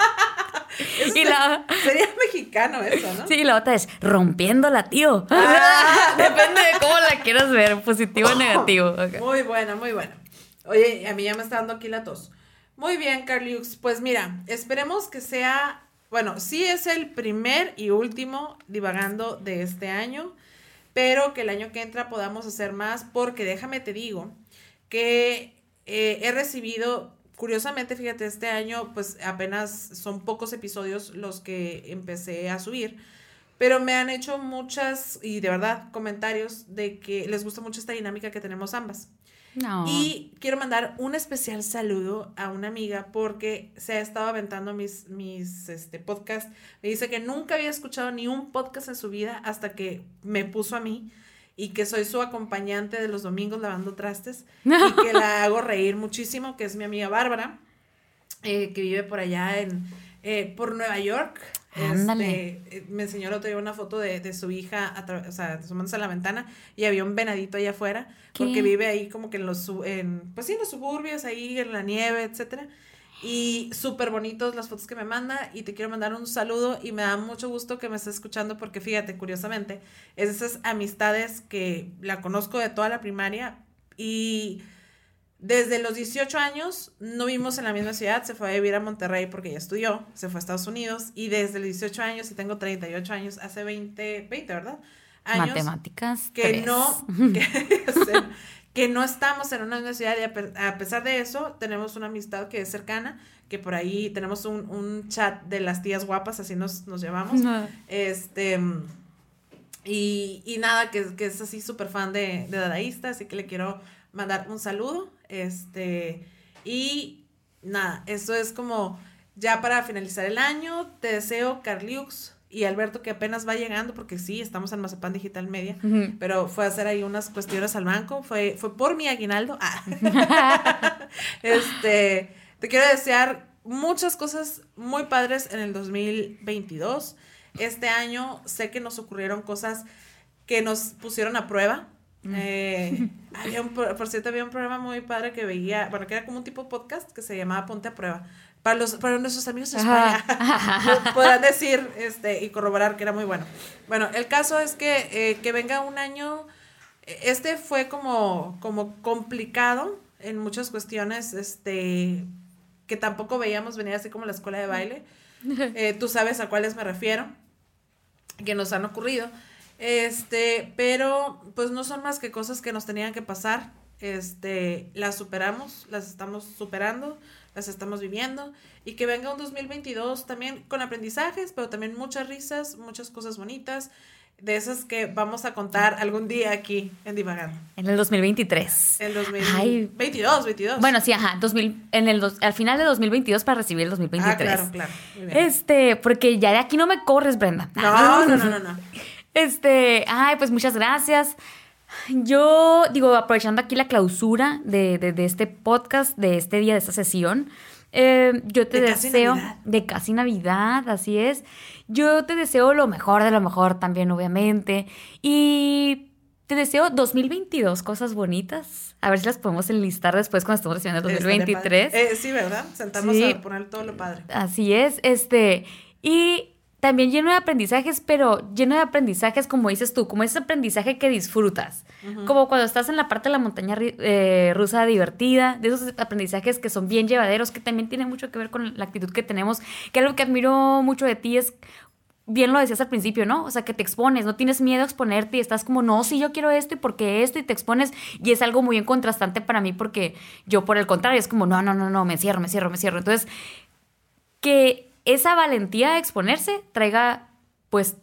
Eso Y la- sería mexicano eso, ¿no? Sí, y la otra es rompiéndola, tío. Ah. Depende de cómo la quieras ver, positivo o negativo. Ok. Muy buena, muy buena. Oye, a mí ya me está dando aquí la tos. Muy bien, Carliux. Pues mira, esperemos que sea, bueno, sí es el primer y último divagando de este año, pero que el año que entra podamos hacer más, porque déjame te digo que eh, he recibido, curiosamente, fíjate, este año pues apenas son pocos episodios los que empecé a subir, pero me han hecho muchas, y de verdad, comentarios de que les gusta mucho esta dinámica que tenemos ambas. No. Y quiero mandar un especial saludo a una amiga porque se ha estado aventando mis, mis este, podcasts. Me dice que nunca había escuchado ni un podcast en su vida hasta que me puso a mí y que soy su acompañante de los domingos lavando trastes y que la hago reír muchísimo, que es mi amiga Bárbara, eh, que vive por allá en eh, por Nueva York. Ándale. Este, eh, me enseñó el otro día una foto de, de su hija, a tra- o sea, asomándose a la ventana y había un venadito allá afuera, ¿Qué? porque vive ahí como que en los, su- en, pues sí, en los suburbios, ahí en la nieve, etcétera. Y súper bonitos las fotos que me manda y te quiero mandar un saludo y me da mucho gusto que me estés escuchando porque fíjate, curiosamente, es de esas amistades que la conozco de toda la primaria y desde los dieciocho años no vivimos en la misma ciudad, se fue a vivir a Monterrey porque ella estudió, se fue a Estados Unidos y desde los dieciocho años y tengo treinta y ocho años, hace veinte, veinte, ¿verdad? Años Matemáticas. que tres. no que, que no estamos en una misma ciudad y a, pe- a pesar de eso tenemos una amistad que es cercana, que por ahí tenemos un, un chat de las tías guapas, así nos, nos llamamos. No. Este y, y nada, que, que es así súper fan de, de Dadaísta, así que le quiero mandar un saludo. Este, y nada, eso es como ya para finalizar el año. Te deseo, Carliux y Alberto, que apenas va llegando, porque sí, estamos en Mazapán Digital Media, Ujú. pero fue a hacer ahí unas cuestiones al banco, fue, fue por mi aguinaldo. Ah. Este, te quiero desear muchas cosas muy padres en el dos mil veintidós. Este año sé que nos ocurrieron cosas que nos pusieron a prueba. Eh, había un, pro- por cierto, había un programa muy padre que veía, bueno, que era como un tipo podcast que se llamaba Ponte a Prueba. Para los, para nuestros amigos de España, pod- podrán decir este, y corroborar que era muy bueno. Bueno, el caso es que, eh, que venga un año, este fue como, como complicado en muchas cuestiones, este, que tampoco veíamos venir así como la escuela de baile. Eh, tú sabes a cuáles me refiero, que nos han ocurrido. Este, pero pues no son más que cosas que nos tenían que pasar. Este, las superamos, las estamos superando, las estamos viviendo y que venga un dos mil veintidós también con aprendizajes, pero también muchas risas, muchas cosas bonitas. de esas que vamos a contar algún día aquí en Divagando. En el dos mil veintitrés. En dos mil veintidós, veintidós. Bueno, sí, ajá, dos mil, en el dos, al final de dos mil veintidós para recibir el dos mil veintitrés. Ah, claro, claro. Muy bien. Este, porque ya de aquí no me corres, Brenda. No, no, no, no, no. Este, ay, pues muchas gracias. Yo, digo, aprovechando aquí la clausura de, de, de este podcast, de este día, de esta sesión, eh, yo te de deseo... casi Navidad. De casi Navidad, así es. Yo te deseo lo mejor de lo mejor también, obviamente. Y te deseo dos mil veintidós, cosas bonitas. A ver si las podemos enlistar después cuando estemos recibiendo el dos mil veintitrés. Eh, sí, ¿verdad? Sentarnos Sí. a poner todo lo padre. Así es, este, y también lleno de aprendizajes, pero lleno de aprendizajes, como dices tú, como ese aprendizaje que disfrutas. Uh-huh. Como cuando estás en la parte de la montaña eh, rusa divertida, de esos aprendizajes que son bien llevaderos, que también tienen mucho que ver con la actitud que tenemos, que algo que admiro mucho de ti es, bien lo decías al principio, ¿no? O sea, que te expones, no tienes miedo a exponerte y estás como, no, sí, yo quiero esto y porque esto, y te expones, y es algo muy bien contrastante para mí porque yo, por el contrario, es como, no, no, no, no, me cierro, me cierro, me cierro. Entonces, que esa valentía de exponerse traiga, pues,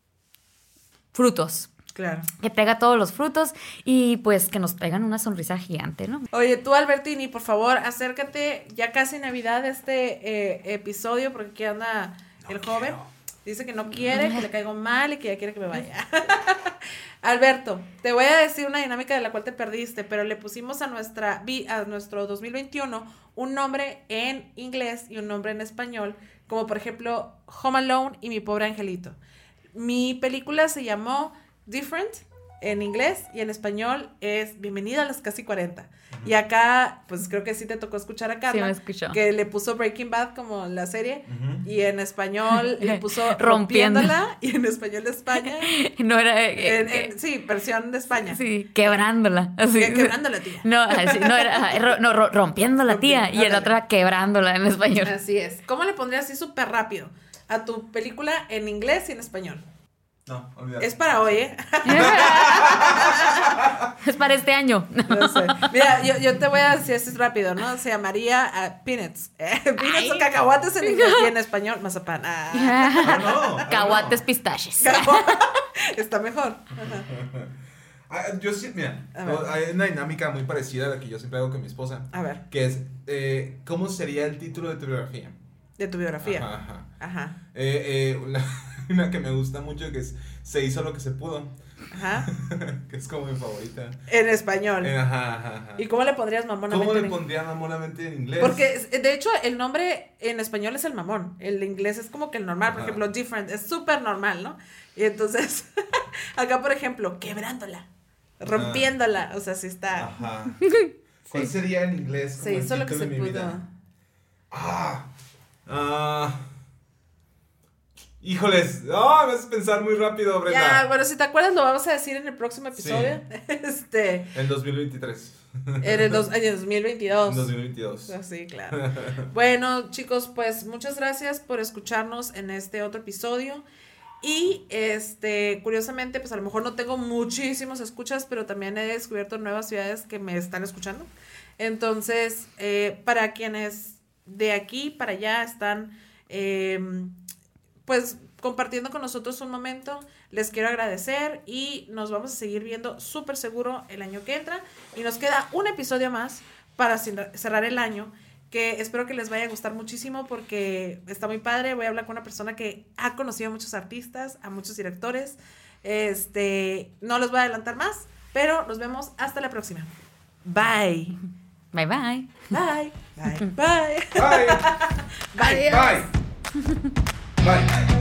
frutos. Claro. Que traiga todos los frutos y, pues, que nos traigan una sonrisa gigante, ¿no? Oye, tú, Albertini, por favor, acércate. Ya casi Navidad este eh, episodio, porque aquí anda no el joven. Quiero. Dice que no quiere, que le caigo mal y que ya quiere que me vaya. Alberto, te voy a decir una dinámica de la cual te perdiste, pero le pusimos a nuestra a nuestro dos mil veintiuno un nombre en inglés y un nombre en español, como por ejemplo Home Alone y Mi Pobre Angelito. Mi película se llamó Different en inglés y en español es Bienvenida a los casi cuarenta. Uh-huh. Y acá, pues creo que sí te tocó escuchar a Carla, sí, me escuchó. Que le puso Breaking Bad como la serie, uh-huh. Y en español le puso Rompiendo. Rompiéndola, y en español de España. No era... Eh, en, en, sí, versión de España. Sí, quebrándola. Así. Que, quebrándola, tía. No, así, no, era no, rompiéndola, tía, Rompiendo, y el otro era quebrándola en español. Así es. ¿Cómo le pondrías así súper rápido a tu película en inglés y en español? No, olvídate. Es para hoy, ¿eh? Es para este año. No sé. Mira, yo, yo te voy a decir esto es rápido, ¿no? Se llamaría uh, Peanuts. Eh, peanuts Ay. O cacahuates en inglés y en español, mazapán. Ah. No, no, Cacahuates, no. Pistaches. Está mejor. Ah, yo sí, mira, hay una dinámica muy parecida a la que yo siempre hago con mi esposa. A ver. Que es, eh, ¿cómo sería el título de tu biografía? De tu biografía. Ajá, ajá. Ajá. Eh, eh, una, una que me gusta mucho que es Se hizo lo que se pudo. Ajá. Que es como mi favorita. En español. En, ajá, ajá, ajá. ¿Y cómo le pondrías mamonamente? ¿Cómo le pondría mamonamente en inglés? Porque, de hecho, el nombre en español es el mamón. El inglés es como que el normal. Por ajá. ejemplo, different. Es súper normal, ¿no? Y entonces, acá, por ejemplo, quebrándola. Rompiéndola. Ajá. O sea, sí está. Ajá. ¿Cuál sí. sería en inglés? Se hizo lo que se pudo. Vida? Ah. Ah. Híjoles, oh, me haces pensar muy rápido, Brenda. Ya, bueno, si te acuerdas lo vamos a decir en el próximo episodio. Sí. Este. En dos mil veintitrés. En el dos, en dos mil veintidós. En dos mil veintidós. Sí, claro. Bueno, chicos, pues muchas gracias por escucharnos en este otro episodio. Y este, curiosamente, pues a lo mejor no tengo muchísimos escuchas, pero también he descubierto nuevas ciudades que me están escuchando. Entonces, eh, para quienes de aquí para allá están eh, pues compartiendo con nosotros un momento, les quiero agradecer y nos vamos a seguir viendo súper seguro el año que entra y nos queda un episodio más para cerrar el año que espero que les vaya a gustar muchísimo porque está muy padre. Voy a hablar con una persona que ha conocido a muchos artistas, a muchos directores. Este, no les voy a adelantar más, pero nos vemos hasta la próxima. Bye. Bye, bye. Bye. Bye. Bye. Bye. Bye. Bye. Bye. Bye.